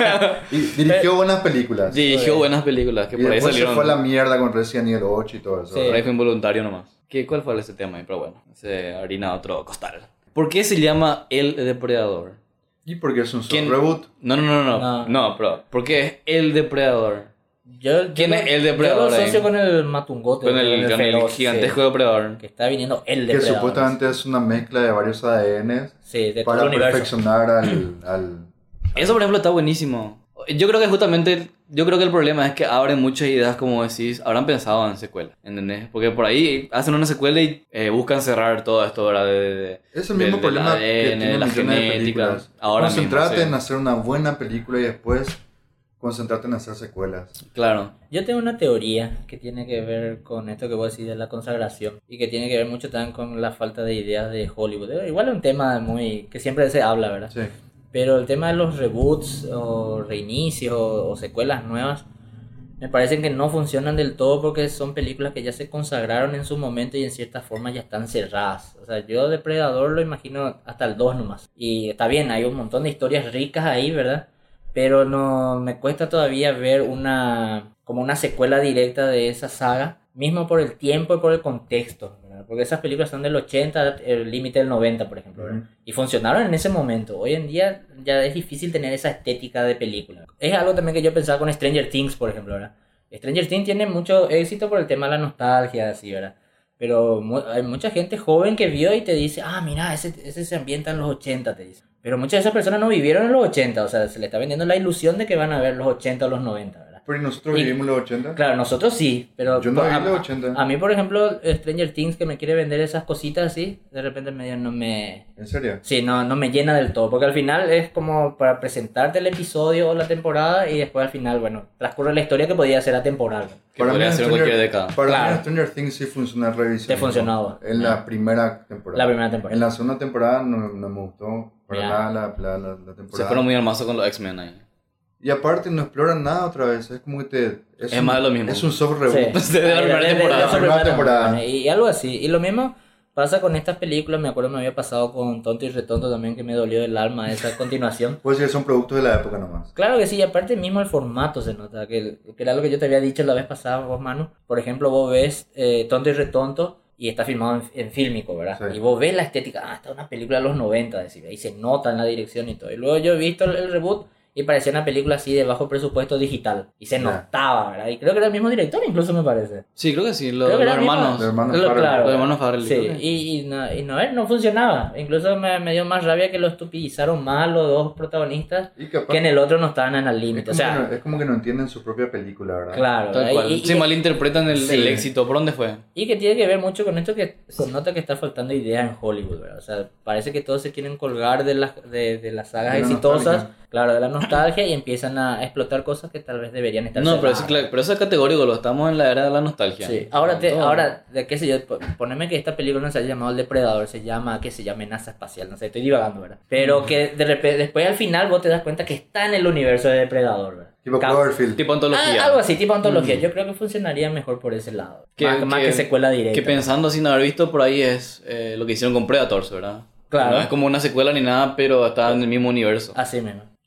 Y dirigió buenas películas. Dirigió buenas películas que Y por ahí después se salieron. fue a la mierda con Resident Evil ocho y todo eso. Sí. Por ahí fue involuntario nomás. ¿Qué, ¿Cuál fue ese tema ahí? Pero bueno, se harina otro costal. ¿Por qué se llama El Depredador? Y porque es un soft ¿Quién- reboot. No, no, no, no. No. No, pero ¿por qué es El Depredador? Yo, ¿Quién yo es lo- el depredador Yo lo ahí? asocio con el Matungote. Con el, con el feroz, gigantesco sí, depredador. que está viniendo el Que depredador. supuestamente es una mezcla de varios A D Ns Sí, de todo para el universo. perfeccionar al, al... Eso, por ejemplo, está buenísimo. Yo creo que justamente, yo creo que el problema es que abren muchas ideas, como decís, habrán pensado en secuela, ¿entendés? Porque por ahí hacen una secuela y eh, buscan cerrar todo esto, ¿verdad? De, de, de- Es el mismo del- del problema A D N, que tiene de la millones de genética. películas. Ahora Concentrate mismo, sí. en hacer una buena película y después concentrate en hacer secuelas. Claro. Yo tengo una teoría que tiene que ver con esto que vos decís de la consagración y que tiene que ver mucho también con la falta de ideas de Hollywood. Eh, Igual es un tema muy que siempre se habla, ¿verdad? Sí. Pero el tema de los reboots o reinicios o, o secuelas nuevas me parecen que no funcionan del todo porque son películas que ya se consagraron en su momento y en cierta forma ya están cerradas. O sea, yo Depredador lo imagino hasta el dos nomás. Y está bien, hay un montón de historias ricas ahí, ¿verdad? Pero no me cuesta todavía ver una como una secuela directa de esa saga, mismo por el tiempo y por el contexto, ¿verdad? Porque esas películas son del ochenta, el límite del noventa, por ejemplo, ¿verdad? Ujú. Y funcionaron en ese momento. Hoy en día ya es difícil tener esa estética de película. Es algo también que yo pensaba con Stranger Things, por ejemplo, ¿verdad? Stranger Things tiene mucho éxito por el tema de la nostalgia, así, ¿verdad? Pero mu- hay mucha gente joven que vio y te dice, ah, mira, ese, ese se ambienta en los ochenta, te dice. Pero muchas de esas personas no vivieron en los ochenta, o sea, se le está vendiendo la ilusión de que van a ver los ochenta o los noventa, ¿verdad? Pero ¿y nosotros Y- vivimos los ochenta. Claro, nosotros sí, pero Yo no a, viví los ochenta. a mí, por ejemplo, Stranger Things que me quiere vender esas cositas así, de repente medio no me... ¿En serio? Sí, no, no me llena del todo, porque al final es como para presentarte el episodio o la temporada y después al final, bueno, transcurre la historia que podía ser atemporal. Que podría ser en cualquier década. Para Claro. mí Stranger Things sí funciona revisión. Te funcionaba. En la primera temporada. La primera temporada. En la segunda temporada no, no me gustó para Ya. nada la, la, la, la Se temporada. fueron muy al mazo con los X-Men ahí. Y aparte no exploran nada otra vez. Es como que te... Es un- más de lo mismo. Es un soft reboot. Sí. De la primera De- de- de- temporada. de esa Primera primera temporada. temporada. Y, y algo así. Y lo mismo pasa con estas películas. Me acuerdo me había pasado con Tonto y Retonto también, que me dolió el alma esa continuación. Puede ser que son productos de la época nomás. Claro que sí, y aparte mismo el formato se nota, que, que era lo que yo te había dicho la vez pasada, vos, Manu. Por ejemplo, vos ves eh, Tonto y Retonto y está filmado en, en fílmico, ¿verdad? Sí. Y vos ves la estética, ah, esta es una película de los noventa, decir, ahí se nota en la dirección y todo. Y luego yo he visto el, el reboot y parecía una película así de bajo presupuesto digital. Y se Ya. notaba, ¿verdad? Y creo que era el mismo director, incluso me parece. Sí, creo que sí. Lo- Creo que los era el mismo- hermanos. Los hermanos Lo- Farrelly. claro. Los hermanos Farrelly, Sí, creo que- y, y, no, y no, eh, no funcionaba. Incluso me, me dio más rabia que lo estupidizaron más los dos protagonistas, Y capaz... que en el otro no estaban en el es, límite. O como que sea, no, es como que no entienden su propia película, ¿verdad? claro. Tal ¿verdad? cual. Y, y- Se malinterpretan el, Sí. el éxito. ¿Por dónde fue? y que tiene que ver mucho con esto que se nota que está faltando idea en Hollywood, ¿verdad? O sea, parece que todos se quieren colgar de las, de, de las sagas De la exitosas, nostalgia. claro, de la nostalgia, y empiezan a explotar cosas que tal vez deberían estar No, pero, cerradas. es, claro, pero eso es categórico. Lo estamos en la era de la nostalgia. Sí, ahora, te, Todo. ahora, de qué sé yo, po- poneme que esta película no se haya llamado El Depredador, se llama, qué sé yo, Amenaza Espacial, no sé, estoy divagando, ¿verdad? Pero que de repente, después al final vos te das cuenta que está en el universo de Depredador, ¿verdad? Tipo Ca- Cloverfield. Tipo antología. Ah, algo así, tipo antología. Yo creo que funcionaría mejor por ese lado. Que- más, más que- que secuela directa. Que pensando sin haber visto por ahí es eh, lo que hicieron con Predators, ¿verdad? Claro. No es como una secuela ni nada, pero está en el mismo universo. Así mismo.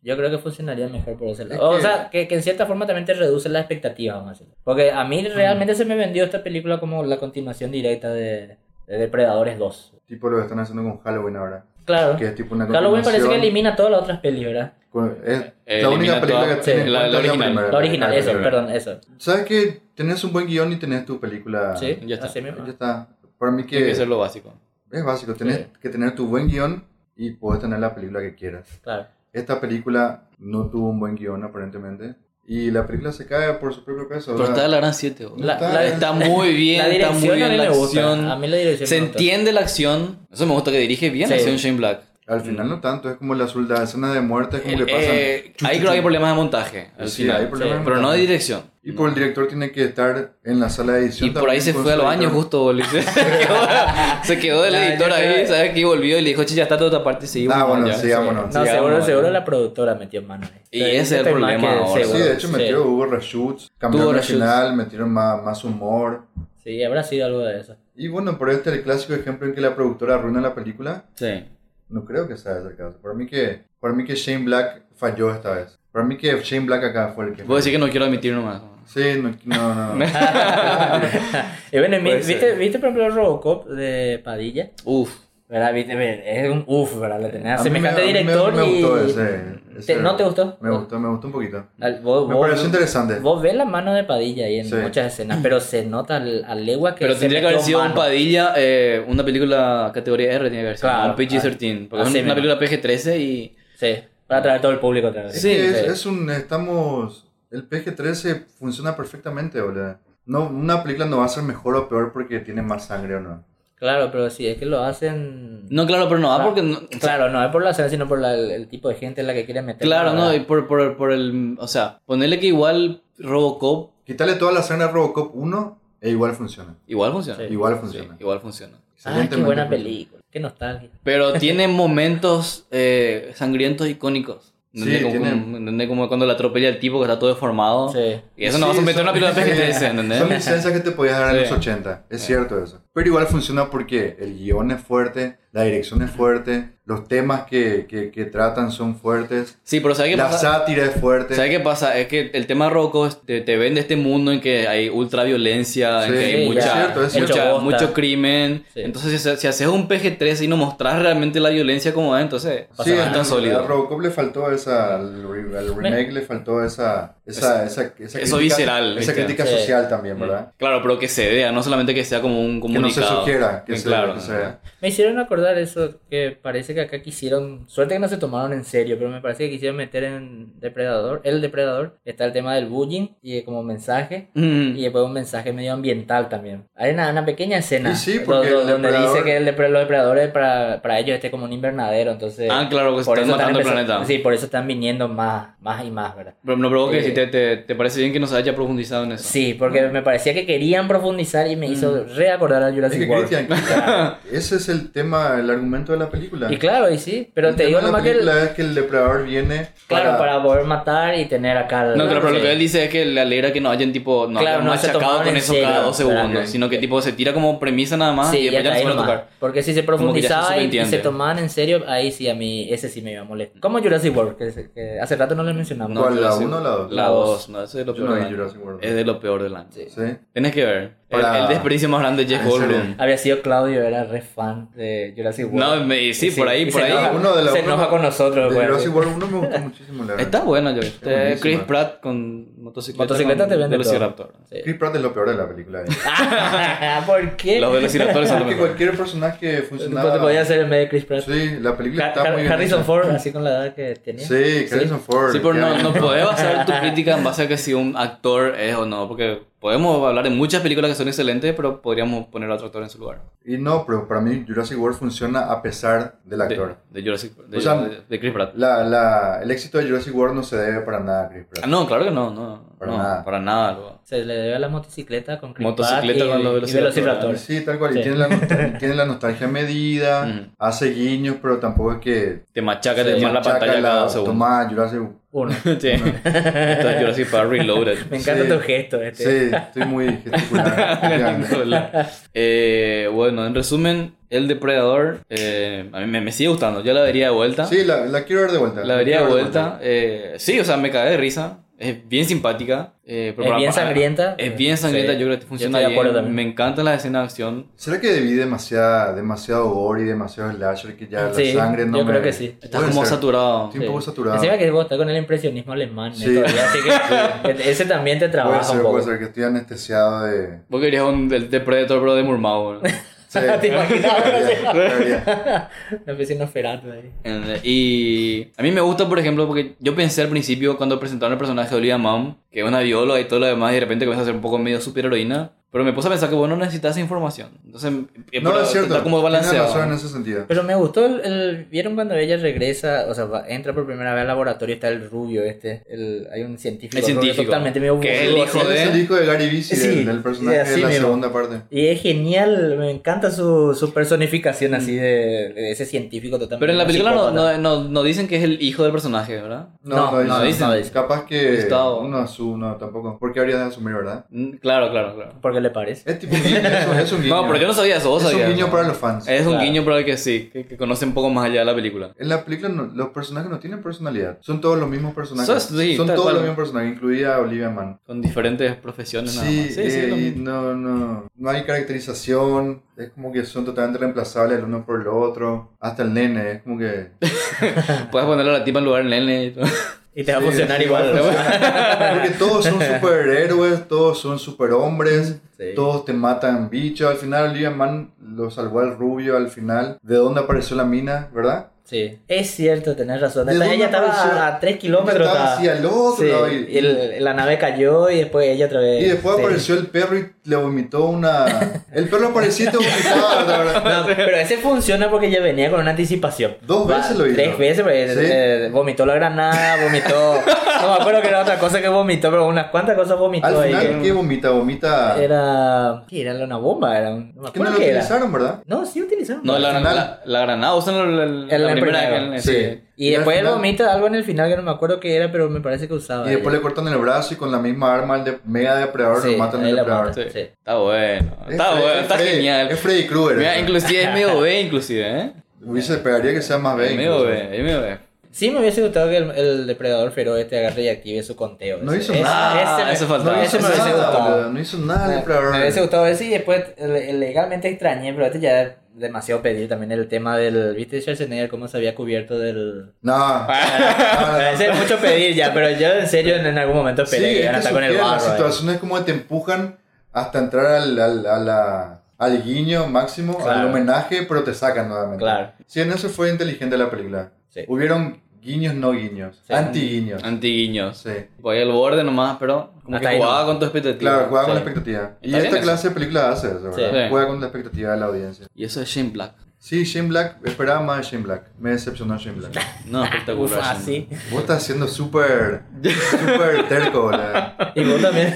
Yo creo que funcionaría mejor por ese lado. Es O que- sea, que, que en cierta forma también te reduce la expectativa, vamos a decir. Porque a mí realmente se me vendió esta película como la continuación directa de, de Depredadores dos. Tipo lo que están haciendo con Halloween ahora. Claro. Que es tipo una Halloween parece que continuación. elimina todas las otras pelis, ¿verdad? Con- Es Eh, la única elimina película toda- que tiene sí, en la- cuenta la es la original. primera. La original, La eso, primera. perdón, eso. ¿Sabes que tenés un buen guión y tenés tu película? Sí, ya está. así mismo. Ya está. Para mí Tiene que que ser lo básico. es básico. Tenés Sí. que tener tu buen guión y puedes tener la película que quieras. Claro. Esta película no tuvo un buen guión aparentemente. Y la película se cae por su propio peso. Pero ¿verdad? está de la gran siete. No La- está- la- Está muy bien, La está muy dirección a bien mí la me gusta. acción. A mí la dirección Se me gusta. entiende la acción. Eso me gusta, que dirige bien la Sí. acción Shane Black. Al final no tanto, es como la, la escena de muerte, es como que pasan. Eh, ahí creo que hay problemas de montaje. Al Sí, final. hay problemas de Pero no de montaje. dirección. Y por el director tiene que estar en la sala de edición. Y por ahí también se con fue a su los años editor. justo, boludo. Se quedó, se quedó el Nah, editor yo ahí, creo- ¿sabes? Que volvió y le dijo, che, ya está toda esta parte, seguimos. Ah, bueno, ya. sí, vámonos. No, Sí, seguro, vamos, seguro ya. la productora metió mano ahí. Y ese es el Estoy más problema que ahora. Sí, seguro. de hecho metió, hubo reshoots, cambiaron el reshoots. final, metieron más, más humor. Sí, habrá sido algo de eso. Y bueno, pero este es el clásico ejemplo en que la productora arruina la película. Sí. No creo que sea ese el caso. Para mí que, para mí que Shane Black falló esta vez. Para mí que Shane Black acá fue el que Puedo decir que no quiero admitir nomás. Sí, no, no, no. Y bueno, mi- Puede ¿viste, ser. ¿viste por ejemplo el Robocop de Padilla? Uf. ¿Verdad? ¿Viste? Es un uff, ¿verdad? Le tenés a A mí me- semejante a mí me- director me y... gustó ese, ese- ¿Te- ¿No te gustó? Me gustó, me gustó un poquito. Al- vos, Me vos- pareció interesante. Vos ves la mano de Padilla ahí en Sí. muchas escenas, pero se nota al, al legua que Pero se tendría que haber metió sido un mano. Padilla, eh, una película categoría R, tiene que haber sido. Claro. Un P G trece. Porque Así es una mismo. película P G trece y. Sí, para atraer todo el público otra vez. Es Sí, que es, sí. es un, estamos, el P G trece funciona perfectamente, boludo. No, una película no va a ser mejor o peor porque tiene más sangre o no. Claro, pero sí, es que lo hacen... No, claro, pero no va Claro. porque. No, Claro, no es por la escena, sino por la- el, el tipo de gente en la que quiere meter. claro, mano, no, y ¿verdad? por, por, por el. O sea, ponerle que igual Robocop Quitarle toda la sangre a Robocop uno e igual funciona. igual funciona. Sí. Igual Sí, funciona. igual funciona. Ah, qué Excelentemente buena funciona. película, qué nostalgia. Pero tiene momentos eh, sangrientos icónicos. ¿Entendés? Sí, como, tiene- como- ¿entendés? Como cuando la atropella el tipo que está todo deformado. Sí. Y eso no vas a Sí, meter en una son- película P G trece, ¿entendés? Son licencias que te podías dar en Sí. los ochenta, es Sí. cierto eso. Pero igual funciona porque el guión es fuerte, la dirección es fuerte, los temas que, que, que tratan son fuertes, Sí, pero ¿sabes qué la pasa? sátira es fuerte. ¿Sabes qué pasa? Es que el tema de Robocop es- te, te vende este mundo en que hay ultraviolencia, en Sí, que hay sí, mucha, es cierto, es mucha- cierto. mucho crimen. Sí. Entonces, si, si haces un P G trece y no mostras realmente la violencia como es, entonces Sí, no es tan a sólido. Robocop le faltó esa, al, re- al remake le faltó esa, esa, esa, esa eso crítica, visceral, esa ¿viste? crítica Sí. social también, ¿verdad? Claro, pero que se vea, no solamente que sea como un Que no se comunicado. sugiera, que, Eh, se, claro, que se vea. Me hicieron acordar eso, que parece que acá quisieron, suerte que no se tomaron en serio, pero me parece que quisieron meter en Depredador, el Depredador, está el tema del bullying y como mensaje, Mm. y después un mensaje medioambiental también. Hay una, una pequeña escena Y sí, do- porque do- el donde depredador- dice que el depre- los depredadores para, para ellos este como un invernadero, entonces... Ah, claro, que por están eso matando el empezando- planeta. Sí, por eso están viniendo más, más y más, ¿verdad? Pero no provoque Eh, si te, te, te parece bien que no se haya profundizado en eso. Sí, porque me parecía que querían profundizar y me hizo reacordar a Es Jurassic que, World. Cristian, Claro. ese es el tema, el argumento de la película. Y claro, y sí, pero el te digo tema de la nomás que... el- película es que el depredador viene Claro, para poder matar y tener acá... el- No, claro, pero lo sí. que él dice es que le alegra que no hayan tipo, no Claro, hayan no se machacado tomaron con en eso serio, cada dos ¿verdad? segundos, sino que tipo se tira como premisa nada más Sí, y después ya no hasta se ahí van a nomás. tocar. Porque si se Como que ya se profundizaba y, y subentiende. se tomaban en serio, ahí sí a mí, ese sí me iba a molestar. Como Jurassic World, que, se- que hace rato no le mencionamos. No, ¿Cuál, la Jurassic- uno o la dos? La La dos. dos, no, eso es de lo Yo peor no del vi año. Jurassic World. Es de lo peor del año. Sí. ¿Sí? Tienes que ver. El, Para- el desperdicio más grande de Jeff ¿En serio? Goldblum. Había sido Claudio, era re fan de Jurassic World. No, me- sí, por ahí, y por se ahí. enoja- Uno de la- se uno- enoja con nosotros, De güey. Jurassic World uno me gustó muchísimo, la verdad. Está buena, yo. Eh, buenísima. Chris Pratt con motocicleta. Motocicleta con te vende Velociraptor. Sí. Chris Pratt es lo peor de la película. eh. ¿Por qué? Los Velociraptores son lo Porque mejor. cualquier personaje Pues funcionaba. te podía hacer en vez de Chris Pratt. Sí, la película Har- está muy Har- bien Harrison hecha. Ford, así con la edad que tenía. Sí, Harrison Ford. Sí, pero que- no, no podés basar tu crítica en base a que si un actor es o no, porque podemos hablar de muchas películas que son excelentes, pero podríamos poner a otro actor en su lugar. Y no, pero para mí Jurassic World funciona a pesar del De, actor. de Jurassic de, O sea, de- de Chris Pratt. La, la, el éxito de Jurassic World no se debe para nada a Chris Pratt. Ah, no, claro que no, no. Para no, nada. Para nada. Luego. Se le debe a la motocicleta con Chris Motocicleta Pratt con y, los y velociraptores. velociraptor. Sí, tal cual. Sí. Y tiene la, nostal- tiene la nostalgia medida, Ujú. hace guiños, pero tampoco es que Te machaca, te te toma la machaca pantalla la- cada segundo. Toma Jurassic. Uno. Sí. Entonces Jurassic Park Reloaded. Me encanta Sí. tu gesto este. Sí, estoy muy gesticular. eh, bueno, en resumen, el Depredador eh, a mí me, me sigue gustando. Yo la vería de vuelta. Sí, la, la quiero ver de vuelta. La vería de quiero ver vuelta. Eh, sí, o sea, me cagué de risa. Es bien simpática. Eh, pero Es para- bien para- sangrienta. Es bien sangrienta, Sí. yo creo que Yo funciona estoy de acuerdo bien. también. Me encantan las escenas de acción. ¿Será que debí demasiada, demasiado gore y demasiado slasher que ya Sí, la sangre no yo me... creo que sí. Está Puede como ser. saturado. Sí, un poco saturado. Encima que vos estás con el impresionismo alemán Sí. eh, todavía, así que ese también te trabaja Puede ser, un poco. puede ser que estoy anestesiado de... Vos querías un del de Predator, pero de Murmao. ¿no? Sí, ¿Te imaginas? debería, debería. Una especie de Nosferatu ahí. Eh, Y a mí me gusta, por ejemplo, porque yo pensé al principio cuando presentaron el personaje de Olivia Munn, que es una bióloga y todo lo demás, y de repente comienza a ser un poco medio superheroína. Pero me puse a pensar que vos no necesitas esa información. Entonces, eh, No, pero es cierto. está como Tienes balanceado. razón en ese sentido. Pero me gustó el, el- ¿vieron cuando ella regresa? O sea, va- entra por primera vez al laboratorio, está el rubio este. El, hay un científico, El científico, rubio totalmente medio que es el boludo, hijo así. Él es de- el hijo de Gary Busey, Sí, del, del personaje así de la mismo. segunda parte. Y es genial, me encanta su, su personificación así de, de ese científico totalmente. Pero en la película no, psicópata. no, no, no dicen que es el hijo del personaje, ¿verdad? No, No, no, no dicen. dicen. no dicen. Capaz que Gustavo. uno asume, no, tampoco. ¿Por qué habrías de asumir, verdad? Mm, Claro, claro, claro. ¿Por qué le parece? Es tipo un guiño, es un- es un guiño. No, porque yo no sabía eso, vos Es un sabías. guiño ¿no? para los fans. Es un Claro. guiño para el que sí, que, que conoce un poco más allá de la película. En la película no- los personajes no tienen personalidad. Son todos los mismos personajes. Son- sí, Son tal todos cual. los mismos personajes, incluida Olivia Munn. Con diferentes profesiones nada Sí, más. Sí, sí, eh, lo y mismo. no, no, no hay caracterización. Es como que son totalmente reemplazables el uno por el otro. Hasta el nene, es como que... Puedes ponerle a la tipa en lugar del nene y todo. Y te va a Sí, funcionar sí, igual. va a funcionar. Porque todos son superhéroes, todos son superhombres, Sí. todos te matan bichos. Al final Olivia Munn lo salvó al rubio al final. ¿De dónde apareció la mina, verdad? Sí, es cierto, tenés razón. ¿De Ella dónde estaba apareció? a tres kilómetros. Ella estaba hacia el otro Sí, lado y- y el- la nave cayó y después ella otra vez. Y después sí. apareció el perro y le vomitó una... El perro apareció y te vomitaba, la verdad. No, pero ese funciona porque ella venía con una anticipación. Dos Va, veces lo hizo. Tres veces, porque ¿Sí? eh, vomitó la granada, vomitó. No me acuerdo que era otra cosa que vomitó, pero unas cuantas cosas vomitó Al ahí. final, que- ¿qué vomita? Vomita... Era. ¿Qué era? Una bomba, era un- no me Que no acuerdo lo qué era. utilizaron, ¿verdad? No, sí utilizaron. No, la, Al final- la, la granada usan la, la, En la la primera primera, que- sí. sí. Y, Y al después él final- vomita algo en el final que no me acuerdo qué era, pero me parece que usaba. Y después ella. le cortan el brazo y con la misma arma el de mega depredador Sí, lo matan ahí al la depredador. matan. Sí. Sí. Está bueno. Es Está Freddy- bueno, es está Freddy- genial. Es Freddy Krueger. Mira, eso. inclusive es medio B, inclusive, ¿eh? Hubiese pegaría que sea más B. Es medio incluso. B, es medio B. Sí, me hubiese gustado que el, el depredador feroz este agarre y active su conteo. No Ese- hizo ese- nada. ese me- Eso faltaba. No ese hizo me hubiese nada, gustado. boludo, no hizo nada el Me, depredador. me hubiese gustado ese y después eh, legalmente extrañé, pero este ya es demasiado pedir también el tema del, ¿viste Schwarzenegger cómo se había cubierto del... No. No, no, no. Ese es mucho pedir ya, pero yo en serio en, en algún momento Sí, esperé que es iban a que estar con el sugiere barro. las ahí. situaciones como que te empujan hasta entrar al, al, a la- al guiño máximo, Claro. al homenaje, pero te sacan nuevamente. Claro. Sí, en eso fue inteligente la película. Sí. Hubieron guiños, no guiños. Sí. Anti-guiños. Antiguiños. Sí. Voy al borde nomás, pero como Hasta que ahí jugaba no. con tu expectativa. Claro, juega con Sí. la expectativa. Y Está esta bien clase de película hace eso, ¿verdad? Sí. Sí. Juega con la expectativa de la audiencia. Y eso es Shane Black. Sí, Shane Black, esperaba más de Shane Black. Me decepcionó Shane Black. No, espectacular. Uf, Shane así. Black. Vos estás siendo súper, súper terco, boludo. Y vos también.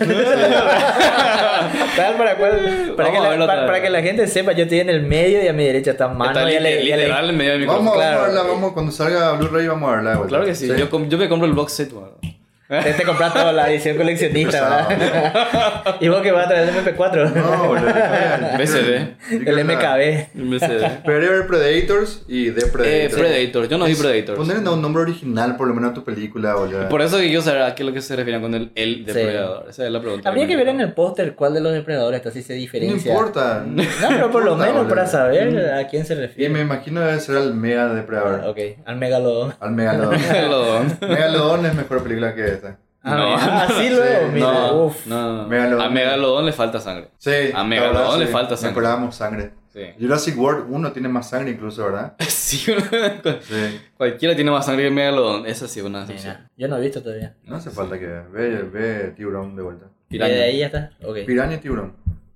Tal para, cuál, para, que Vamos a la, verlo otra para, vez. para que la gente sepa, yo estoy en el medio y a mi derecha está Mano. Está y a la- liter- y a la- literal en medio del micrófono. Vamos, Claro. vamos a verla, vamos, cuando salga Blu-ray vamos a verla de vuelta. Claro que sí. Yo, com- yo me compro el box set, weón. Te, te compras toda la edición coleccionista, ¿verdad? Y vos que vas a traer el eme pe cuatro. No, boludo. B C D. El eme ka be. El B C D. Esperé ver Predators y The Eh, Predators. Predator. Yo no vi Predator. Ponerle un nombre original por lo menos a tu película, boludo. Por eso que yo saber a qué es lo que se refiere con el, el depredador. Esa es la pregunta. Habría que ver en me el póster cuál de los depredadores está, si se No diferencia. importa. No, pero por lo importa, menos boludo. para saber a quién se Y refiere. me imagino debe ser al Mega Depredador. Ah, ok, al megalodón. Al Megalodon. Megalodon. Megalodon es mejor película que esta. Ah, No. mira. Así luego, Sí, mira, No, uf. no. Megalodon. A Megalodon le falta sangre. Sí. A Megalodon la verdad, le sí. falta sangre. Mejorábamos sangre. Sí. Jurassic World uno tiene más sangre incluso, ¿verdad? Sí, Sí. cualquiera tiene más sangre que Megalodon. Esa sí es una excepción. Mira, yo no he visto todavía. No hace falta que vea. Ve, ve tiburón de vuelta. Y de ahí ya está. Ok. Piranha y tiburón.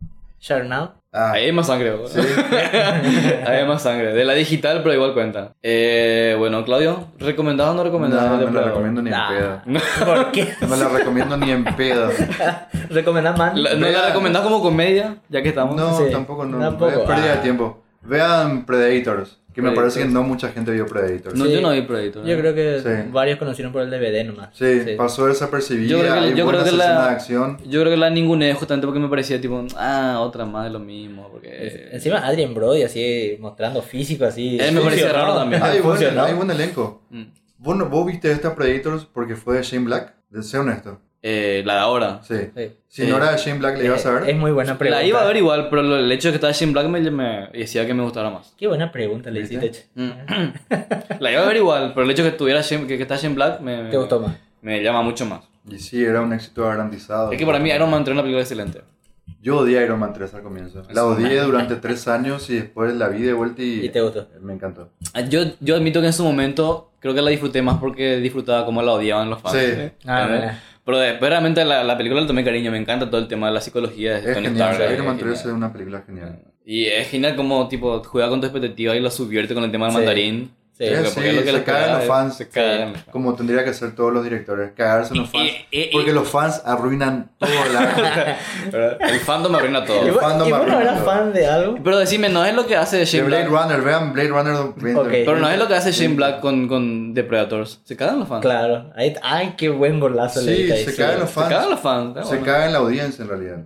Sharknado. Ah, Ahí hay más sangre, bro. Ahí hay más sangre. De la digital, pero igual cuenta. Eh, bueno, Claudio, ¿recomendado o no recomendado? no, El no la Depredador? recomiendo ni en Nah. pedo. ¿Por qué? No la recomiendo ni en pedo. ¿Recomendás más? La- ¿No la Vea- recomendás como comedia? Ya que estamos. No, Sí, tampoco, no. tampoco. Es pérdida Ah. de tiempo. Vean Predators, que me parece que Predators. no mucha gente vio Predators. No, Sí. yo no vi Predator. Yo ¿eh? creo que Sí. varios conocieron por el D V D nomás. Sí, pasó desapercibida. Yo creo que- hay yo creo buenas que la- escenas de acción. Yo creo que la ninguneé justamente porque me parecía tipo, ah, otra más de lo mismo. Porque... Encima Adrien Brody así mostrando físico así. Él me parecía funcionó. raro también. Hay buen, Funcionó. hay buen elenco. Mm. ¿Vos, no- ¿Vos viste esta Predators porque fue de Shane Black? De ser honesto. Eh, la de ahora. Sí. Sí. Si Eh, no era de Shane Black, ¿le ibas a Eh, ver? Es muy buena pregunta. La iba a ver igual, pero lo- el hecho de que estaba Shane Black me, me decía que me gustara más. Qué buena pregunta le ¿Viste? hiciste. Mm. La iba a ver igual, pero el hecho de que tuviera Shane, que, que está Shane Black me, ¿Te gustó más? me llama mucho más. Y sí, era un éxito garantizado. Es que para mí Iron Man tres es una película excelente. Yo odié Iron Man tres al comienzo. La odié durante tres años y después la vi de vuelta y... ¿Y te gustó? Me encantó. Yo, yo admito que en su momento creo que la disfruté más porque disfrutaba como la odiaban los fans. Sí. ¿eh? Ah, Eh, mira. Pero después realmente la, la película le tomé cariño, me encanta todo el tema de la psicología de Es Tony genial. Stark. Iron Man es tres es genial. una película genial. Y es genial como tipo juega con tu expectativa y lo subvierte con el tema del Sí. mandarín. Sí. Eh, Porque- sí, porque es lo que se le cagan pega, los eh, fans. Se cagan los fans. Como tendría que hacer todos los directores. Cagarse en los Y- fans. y- y- Porque los fans arruinan todo el arte. El fandom arruina ¿Y todo. El vos, fandom y vos no arruina eras todo. fan de algo? Pero decime, no es lo que hace De Shane Blade Black. Runner, vean Blade Runner. Ok. Pero no es lo que hace Shane Black con, con The Predators. Se cagan los fans. Claro. Ahí, ay, qué buen golazo le Sí, diste ahí, se sí. cagan los Se fans. cagan los fans. Se bueno. caga en la audiencia en realidad.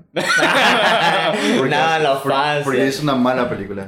Porque Nada, hace- los por- fans. Porque sí. es una mala película.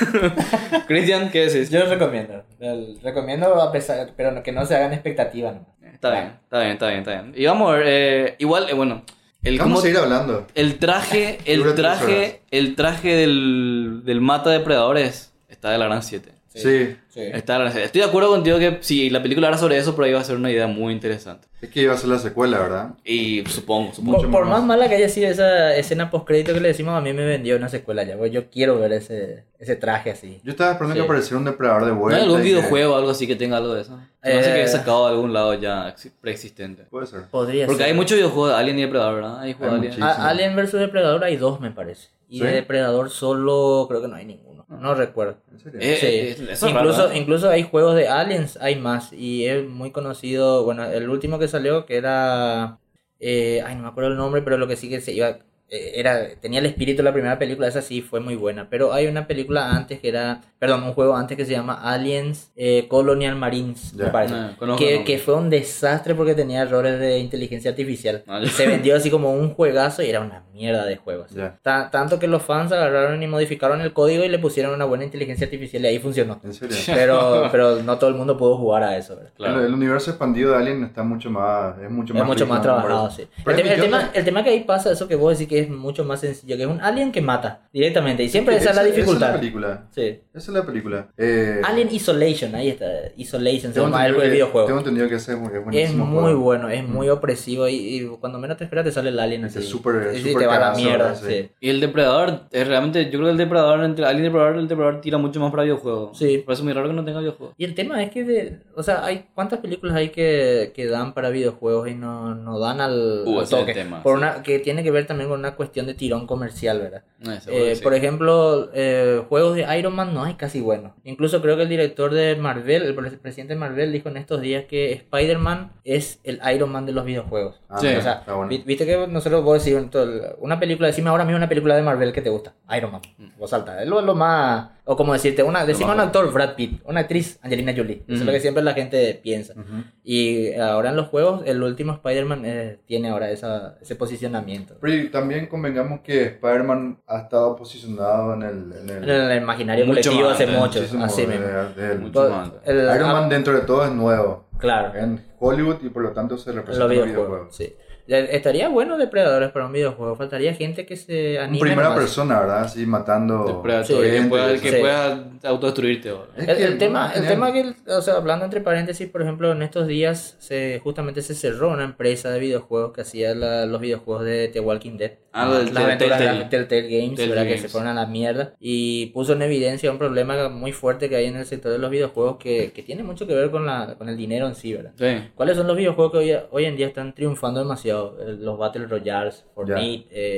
Cristian, ¿qué decís? Yo lo recomiendo. El- recomiendo a pesar, pero no- que no se hagan expectativas. ¿no? Está bien, está bien, está bien, está bien. Y vamos a ver, eh, igual, eh, bueno, el, Vamos como- a ir hablando. el traje, el Dura tres horas. traje, el traje del, del mata depredadores está de la gran siete. Sí. Sí. Está de la gran siete. Estoy de acuerdo contigo que si la película era sobre eso, pero iba a ser una idea muy interesante. Es que iba a ser la secuela, ¿verdad? Y supongo, supongo. Por, mucho por más. más mala que haya sido esa escena post-crédito que le decimos, a mí me vendió una secuela ya. Pues yo quiero ver ese, ese traje así. Yo estaba esperando Sí. que apareciera un depredador de ¿No vuelta. hay algún y que- videojuego o algo así que tenga algo de eso? Se me hace que Eh. he sacado de algún lado ya ex- preexistente. Puede ser. Podría Porque ser. hay muchos videojuegos de Alien y Depredador, ¿verdad? Hay juegos de Alien. muchísimos. A- Alien versus Depredador hay dos, me parece. Y ¿Sí? de Depredador solo creo que no hay ninguno. No recuerdo. ¿En serio? Eh, Sí. eh, eso es incluso, raro, ¿eh? incluso hay juegos de Aliens, hay más. Y es muy conocido. Bueno, el último que salió que era. eh, ay, no me acuerdo el nombre, pero lo que sí que se iba. eh, Era, tenía el espíritu de la primera película, esa sí fue muy buena. Pero hay una película antes que era. Perdón, un juego antes que se llama Aliens eh, Colonial Marines, Ya. me parece. Ah, conozco el que, nombre. que fue un desastre porque tenía errores de inteligencia artificial. Ah, Y ya. se vendió así como un juegazo y era una mierda de juego. así. Ya. Ta- tanto que los fans agarraron y modificaron el código y le pusieron una buena inteligencia artificial y ahí funcionó. ¿En serio? Pero, pero no todo el mundo pudo jugar a eso, ¿verdad? Claro. El, el universo expandido de Alien está mucho más. Es mucho más, Es mucho rico, más me parece. trabajado, sí. Pero El, tema- el yo tema, no- el tema que ahí pasa, eso que vos decís que es mucho más sencillo, que es un alien que mata directamente. Y siempre esa es la Esa es dificultad. la película. Sí. Esa es la película. Eh, Alien Isolation, ahí está. Isolation se tengo llama el, entendido el que- videojuego. Tengo entendido que ese es, muy- es Es buenísimo. muy juego. bueno, es muy opresivo y, y cuando menos te esperas te sale el alien Es así. súper- y súper te va a la cagazo, mierda, ¿verdad? Sí. sí. Y el Depredador, es realmente, yo creo que el Depredador, entre Alien y Depredador, el Depredador tira mucho más para videojuegos. Sí. Por eso es muy raro que no tenga videojuegos. Y el tema es que, de, o sea, hay cuántas películas hay que, que dan para videojuegos y no, no dan al, Uh, al ese es el toque. tema, por sí. una, que tiene que ver también con una cuestión de tirón comercial, ¿verdad? No, seguro Eh, que sí. Por ejemplo, eh, juegos de Iron Man no hay casi buenos. Incluso creo que el director de Marvel, el pre- presidente de Marvel, dijo en estos días que Spider-Man es el Iron Man de los videojuegos. Ah, Sí. mira, O sea, está bueno. vi- viste que nosotros vos decís todo- una película, decime ahora mismo una película de Marvel que te gusta. Iron Man. Vos salta. Es lo, lo más. O como decirte, una, decime más un actor, Brad Pitt. Una actriz, Angelina Jolie. Eso es Ujú. lo que siempre la gente piensa. Ujú. Y ahora en los juegos, el último Spider-Man eh, tiene ahora esa, ese posicionamiento. Pero y también convengamos que Spider-Man ha estado posicionado en el, en el, En el imaginario Mucho colectivo más, hace eh, mucho. muchísimo Así de- mismo. de- Mucho Pues, más. el- Iron ah, Man dentro de todo es nuevo Claro. en Hollywood y por lo tanto se representa Los en los videojuegos, videojuegos. sí. Ya estaría bueno Depredadores para un videojuego. Faltaría gente que se En anime. primera nomás. persona, ¿verdad? Así matando. Depredador, Sí, que gente, pueda, que sí. pueda autodestruirte ahora. Es El, que el tema, el genial. tema que, o sea, hablando entre paréntesis, por ejemplo, en estos días se justamente se cerró una empresa de videojuegos que hacía la- los videojuegos de The Walking Dead. Ah, lo del Las aventuras de Telltale. Telltale Games, Telltale ¿verdad? Que Games. se fueron a la mierda y puso en evidencia un problema muy fuerte que hay en el sector de los videojuegos que, que tiene mucho que ver con, la, con el dinero en sí, ¿verdad? Sí. ¿Cuáles son los videojuegos que hoy, hoy en día están triunfando demasiado? Eh, Los Battle Royales, Fortnite, eh,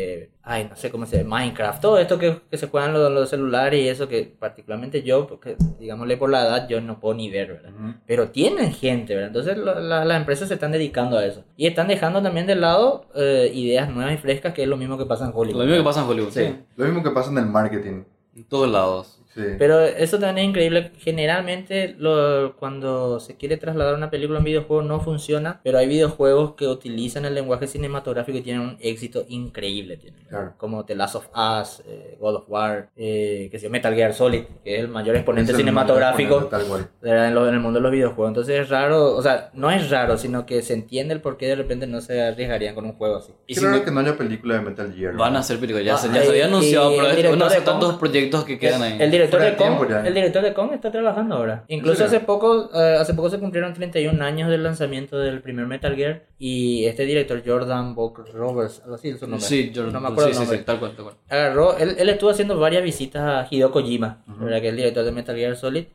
ay, no sé cómo se llama, Minecraft, todo esto que, que se juegan los, los celulares y eso que particularmente yo, porque digámosle por la edad, yo no puedo ni ver, ¿verdad? Uh-huh. Pero tienen gente, ¿verdad? Entonces lo, la, las empresas se están dedicando a eso. Y están dejando también de lado eh, ideas nuevas y frescas, que es lo mismo que pasa en Hollywood. Lo mismo que pasa en Hollywood, sí. sí. Lo mismo que pasa en el marketing. En todos lados. Sí. Pero eso también es increíble. Generalmente lo, cuando se quiere trasladar una película a un videojuego no funciona, pero hay videojuegos que utilizan el lenguaje cinematográfico y tienen un éxito increíble. Tienen, claro. Como The Last of Us, eh, God of War, eh, que se llama Metal Gear Solid, que es el mayor exponente es el cinematográfico mayor exponente, en, lo, en el mundo de los videojuegos. Entonces es raro, o sea, no es raro, sino que se entiende el por qué de repente no se arriesgarían con un juego así. Y claro si que no haya película de Metal Gear. Van ¿no? a hacer películas, ya, ah, se, ya eh, se había anunciado, pero es, no sé tantos proyectos que quedan ahí. El director de Kong, el director de Kong está trabajando ahora. Incluso hace poco, uh, hace poco se cumplieron treinta y un años del lanzamiento del primer Metal Gear y este director Jordan Vogt-Roberts, algo así es su nombre. Sí, Jordan, no me acuerdo sí, el nombre. Sí, sí, tal cual, tal cual. Agarró, él, él estuvo haciendo varias visitas a Hideo Kojima, uh-huh. ¿verdad? Que es el director de Metal Gear Solid.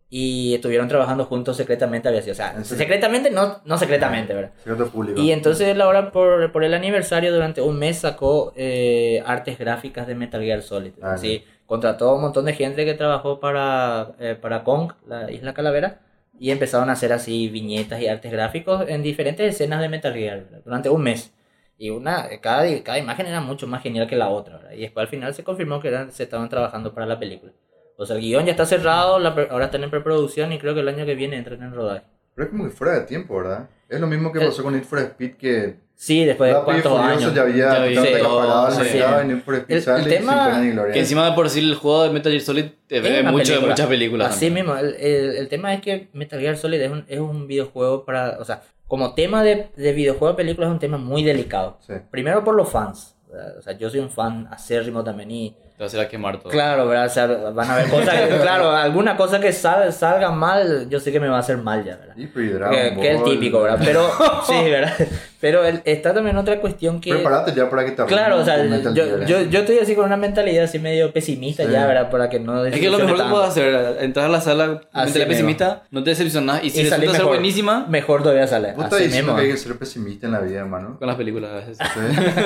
Y estuvieron trabajando juntos secretamente, había sido, o sea, secretamente, no, no secretamente, ¿verdad? Secreto público. Y entonces él ahora por, por el aniversario durante un mes sacó eh, artes gráficas de Metal Gear Solid. Ah, así, sí. Contrató a un montón de gente que trabajó para, eh, para Kong, la Isla Calavera, y empezaron a hacer así viñetas y artes gráficos en diferentes escenas de Metal Gear, ¿verdad? Durante un mes. Y una cada, cada imagen era mucho más genial que la otra, ¿verdad? Y después al final se confirmó que eran, se estaban trabajando para la película. O sea, el guión ya está cerrado, la, ahora están en preproducción y creo que el año que viene entran en rodaje. Pero es como que fuera de tiempo, ¿verdad? Es lo mismo que pasó el, con Need for Speed, que... Sí, después de cuántos años. Ya había, ya había sí, parado sí, el mercado en Need for Speed, el, el tema, que encima de por sí el juego de Metal Gear Solid te ve mucho de muchas películas. Así también. mismo, el, el, el tema es que Metal Gear Solid es un, es un videojuego para... O sea, como tema de, de videojuego de películas es un tema muy delicado. Sí. Primero por los fans, ¿verdad? O sea, yo soy un fan acérrimo también y... Te va a hacer a quemar todo. Claro, ¿verdad? O sea, van a ver cosas que, claro, alguna cosa que sal, salga mal, yo sé que me va a hacer mal ya, ¿verdad? Y Dragon que, Ball. que es el típico, ¿verdad? Pero, sí, ¿verdad? Pero el, está también otra cuestión que... Prepárate ya para que te Claro, o sea, yo, yo, yo estoy así con una mentalidad así medio pesimista sí. ya, ¿verdad? Para que no... Es que lo mejor que puedo hacer, entrar a la sala mentalidad pesimista, no te decepcionas y si y resulta ser buenísima... Mejor todavía sale. Vos estás diciendo que hay que ser pesimista en la vida, hermano. Con las películas a veces. ¿Sí?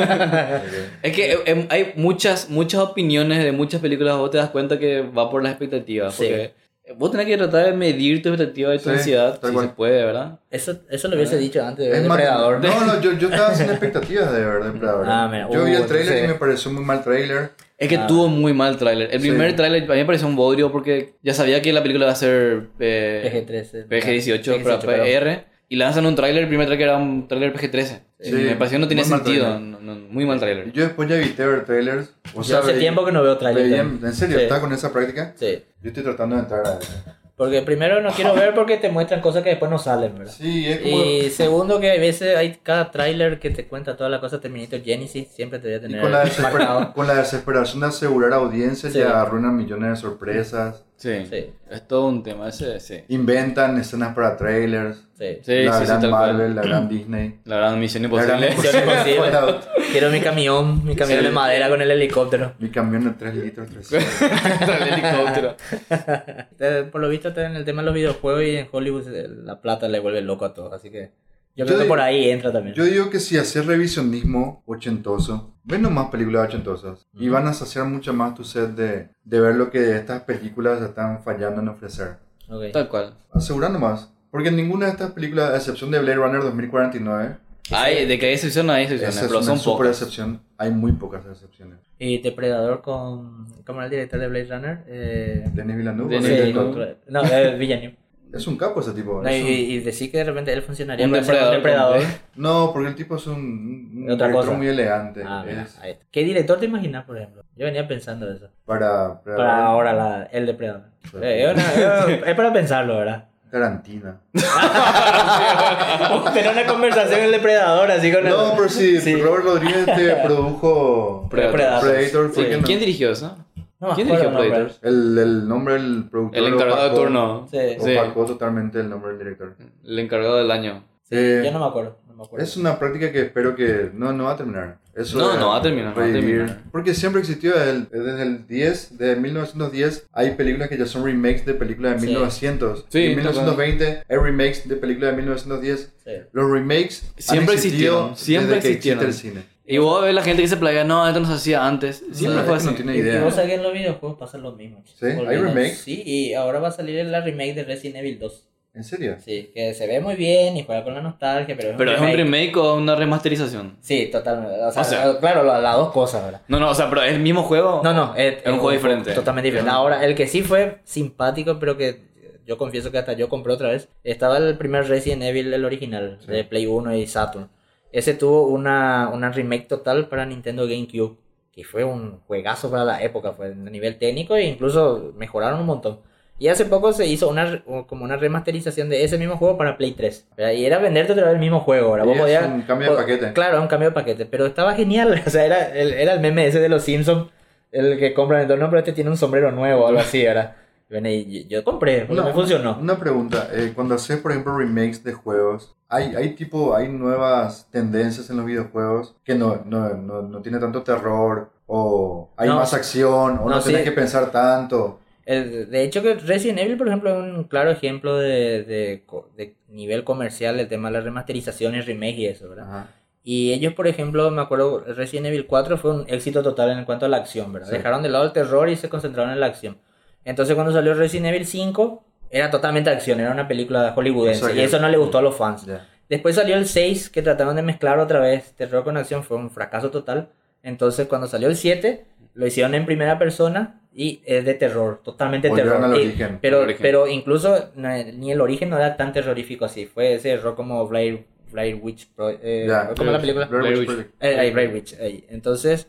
Es que hay muchas, muchas opiniones de muchas películas. Vos te das cuenta que va por las expectativas. Sí. Porque vos tenés que tratar de medir tu expectativa y tu sí, ansiedad. Si cual. Se puede, ¿verdad? Eso, eso lo hubiese dicho antes de ver Depredador. No, no, yo, yo estaba sin expectativas de ver Depredador. Ah, mira, yo uh, vi el trailer sí. y me pareció muy mal trailer. Es que ah. tuvo muy mal trailer. El primer sí. trailer a mí me pareció un bodrio porque ya sabía que la película iba a ser eh, P G trece, P G dieciocho, P G dieciocho para P R. Y lanzan un trailer, el primer trailer era un trailer P G trece. Sí, me pareció que no tenía sentido. No, no, muy mal trailer. Y yo después ya evité ver trailers. O sea, hace veía, tiempo que no veo trailers. ¿En serio? Sí. ¿Estás con esa práctica? Sí. Yo estoy tratando de entrar a... Porque primero no quiero ver porque te muestran cosas que después no salen, ¿verdad? Sí, es como... Y segundo que a veces hay cada tráiler que te cuenta toda la cosa. Terminator Genesis siempre te voy a tener con la, desesper... con la desesperación de asegurar audiencia sí. ya arruinan millones de sorpresas. Sí, sí, es todo un tema ese, sí. Inventan escenas para trailers. Sí, sí, la sí, gran sí, Marvel, la gran Disney. La gran Misión Imposible. Misión Imposible. Quiero mi camión, mi camión sí, de madera sí. con el helicóptero. Mi camión de tres litros, tres el helicóptero. Por lo visto en el tema de los videojuegos y en Hollywood la plata le vuelve loco a todos, así que... Yo, yo creo digo, que por ahí entra también. Yo digo que si haces revisionismo ochentoso, ven nomás películas ochentosas uh-huh. y van a saciar mucho más tu sed de, de ver lo que estas películas están fallando en ofrecer. Okay. Tal cual. Asegurando más. Porque ninguna de estas películas, a excepción de Blade Runner dos mil cuarenta y nueve... Hay, de que hay excepción, hay excepciones, esa pero es son una super pocas. excepción. Hay muy pocas excepciones. Y Depredador con... ¿Cómo era el director de Blade Runner? Eh... Denis Villeneuve. Denis Villeneuve. No, eh, Villeneuve. Es un capo ese tipo. No, y, un... y decir que de repente él funcionaría un para depredador, ser un depredador. No, porque el tipo es un, un otra director cosa. muy elegante. Ah, es... mira, ¿qué director te imaginas, por ejemplo? Yo venía pensando eso. Para, para, para ahora la, el depredador. Eh, es, una, es para pensarlo, ¿verdad? Tarantina. Tener una conversación el depredador así con el... No, pero sí, sí. Robert Rodríguez te produjo Predator. Predator sí. no? ¿Quién dirigió eso? No, ¿Quién dirigió Predator? El, el nombre del productor. El encargado de turno. Sí. Opacó sí. totalmente el nombre del director. El encargado del año. Sí, eh, yo no me acuerdo. No me acuerdo. Es una práctica que espero que no, no va a terminar. Eso no, no va a terminar, no va a terminar. Porque siempre existió el, desde el diez, desde mil novecientos diez, hay películas que ya son remakes de películas de sí. mil novecientos. Sí, y en mil novecientos veinte hay remakes de películas de mil novecientos diez. Sí. Los remakes siempre existieron, siempre desde existieron. Que existe el cine. Y vos ves la gente que se plaga, no, esto no se hacía antes. Siempre No, fue es que así. no tiene Y idea. vos sabés que en los videojuegos pasa lo mismo. ¿Sí? ¿Hay Volviendo- remakes? Sí, y ahora va a salir la remake de Resident Evil dos. ¿En serio? Sí, que se ve muy bien y juega con la nostalgia, pero es Pero un es un remake. remake o una remasterización. Sí, totalmente. O sea, O sea- claro, la- las dos cosas, ¿verdad? No, no, o sea, pero es el mismo juego. No, no, es, Es un juego diferente. Totalmente diferente. Ahora, el que sí fue simpático, pero que yo confieso que hasta yo compré otra vez, estaba el primer Resident Evil, el original, Sí. de Play uno y Saturn. Ese tuvo una, una remake total para Nintendo GameCube, que fue un juegazo para la época, fue a nivel técnico e incluso mejoraron un montón. Y hace poco se hizo una como una remasterización de ese mismo juego para Play tres. ¿Verdad? Y era venderte otra vez el mismo juego. ¿Verdad? Y Vos es podías- un cambio de vos- paquete. Claro, era un cambio de paquete. Pero estaba genial. O sea, era el, era el meme ese de los Simpsons. El que compran entonces, no, pero este tiene un sombrero nuevo o algo así, ¿verdad? Bueno, y yo compré, porque me funcionó. Una pregunta, eh, cuando haces por ejemplo remakes de juegos, hay, hay tipo, hay nuevas tendencias en los videojuegos que no, no, no, no tiene tanto terror, o hay No. más acción, o no, No, tenés sí. que pensar tanto. El- de hecho que Resident Evil, por ejemplo, es un claro ejemplo de, de, co- de nivel comercial, el tema de las remasterizaciones, remake y eso, ¿verdad? Ajá. Y ellos, por ejemplo, me acuerdo, Resident Evil cuatro fue un éxito total en cuanto a la acción, ¿verdad? Sí. Dejaron de lado el terror y se concentraron en la acción. Entonces cuando salió Resident Evil cinco, era totalmente acción, era una película hollywoodense. O sea Y que- eso no le gustó a los fans. Ya. Después salió el seis, que trataron de mezclar otra vez terror con acción, fue un fracaso total. Entonces cuando salió el siete, lo hicieron en primera persona y es de terror, totalmente Volvieron terror. al Y- origen. pero, Al origen. pero incluso no, ni el origen no era tan terrorífico así, fue ese error como Blair, Blair Witch, Pro- eh, Ya. ¿cómo es la película? Blair Blair Witch Witch. Project. Eh, ahí, Blair Witch, ahí. Entonces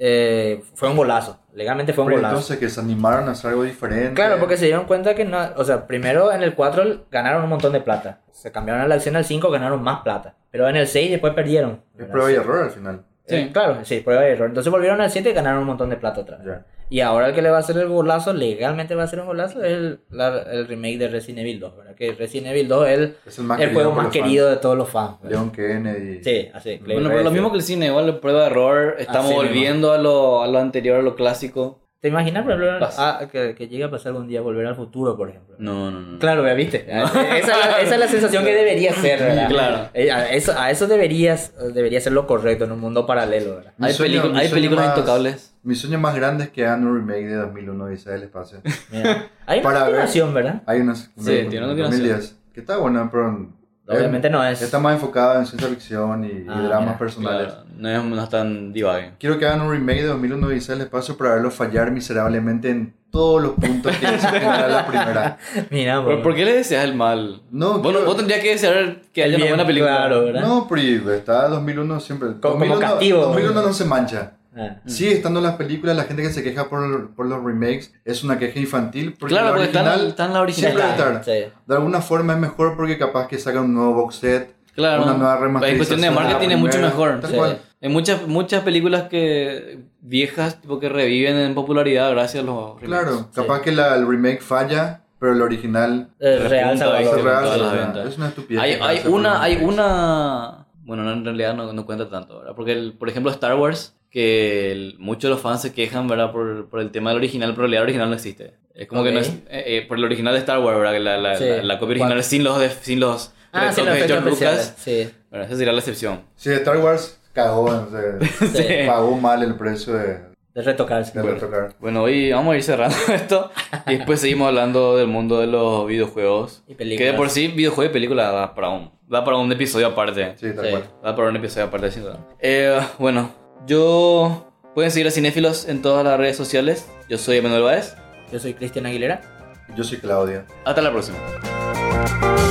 eh, fue un golazo, legalmente fue un Pero golazo. entonces que se animaron a hacer algo diferente. Claro, porque se dieron cuenta que no, o sea, primero en el cuatro ganaron un montón de plata. Se cambiaron a la acción al cinco, ganaron más plata. Pero en el seis después perdieron. Es prueba y error al final. Sí. Eh, claro, sí, prueba de error. Entonces volvieron al siete y ganaron un montón de plata otra vez. Ya. Y ahora el que le va a hacer el golazo, legalmente va a hacer un golazo, es el, la- el remake de Resident Evil dos, ¿verdad? Que Resident Evil dos es el, Es el más el querido juego por más los querido de todos los fans. ¿verdad? Leon Kennedy. Sí, así. Clay Bueno, pero lo Redfield. mismo que el cine, igual prueba de error, estamos Así volviendo a lo, a lo anterior, a lo clásico. ¿Te imaginas, por ejemplo, Pasa. ah, que, que llegue a pasar algún día volver al futuro, por ejemplo? No, no, no. Claro, ya viste. Esa, es la, esa es la sensación que debería ser, ¿verdad? Claro. Eh, A eso, a eso deberías, debería ser lo correcto en un mundo paralelo, ¿verdad? Mi Hay, sueño- pelicu- mi hay sueño películas más- intocables. Mi sueño más grande es que hagan un remake de dos mil uno Odisea del Espacio. Mira, hay una Para ver- continuación, ¿verdad? Hay una, Sí, tiene una dos mil diez, que está buena, pero Obviamente no es. está más enfocada en ciencia ficción y, y Ah, dramas mira, personales. Claro, no es, no es tan divague. Quiero que hagan un remake de dos mil uno Odisea del Espacio para verlo fallar miserablemente en todos los puntos que se genera la primera. Mira, ¿Por, bueno. ¿Por qué le deseas el mal? No, Vos, no- quiero- vos tendrías que desear que haya El una bien, buena película. claro, ¿verdad? No, pero está dos mil uno siempre. Como- como 2001 castigo. dos mil uno no se mancha. Ah. Sigue estando en las películas, la gente que se queja por, por los remakes es una queja infantil. Porque Claro, la porque está en la- original está en la original. siempre va a estar. Sí. De alguna forma es mejor porque capaz que sacan un nuevo box set, Claro. una nueva En remasterización. cuestión de la marketing es mucho primera, mejor. tal Sí. cual. Hay muchas, muchas películas que viejas tipo, que reviven en popularidad gracias a los remakes. Claro, capaz que la, el remake falla, pero el original Eh, Repunta realza el ahí, valor. se con realza. todas las Es una- ventas. Es una estupidez. Hay, que hay hacer por una, los hay remakes. una... Bueno, no, en realidad no, no cuenta tanto, ¿verdad? Porque, el- por ejemplo, Star Wars, que el- muchos de los fans se quejan, ¿verdad? Por, por el tema del original, pero en realidad el original no existe. Es como que no Ok. es... eh, eh, por el original de Star Wars, ¿verdad? Que la, la, Sí. la, la copia original es sin los... De, sin los Ah, sí, los retoques de efectos George especiales. Lucas. Sí. Bueno, esa sería la excepción. Sí, Star Wars cagó, o sea, Sí. pagó mal el precio de, De retocarse. de retocar. Bueno, hoy vamos a ir cerrando esto y después seguimos hablando del mundo de los videojuegos. Y Que películas. de por sí, videojuego y película da para un, da para un episodio aparte. Sí, tal Sí. cual. Da para un episodio aparte, sin duda. Eh, bueno, yo... Pueden seguir a Cinéfilos en todas las redes sociales. Yo soy Emanuel Báez. Yo soy Cristian Aguilera. Yo soy Claudia. Hasta la próxima.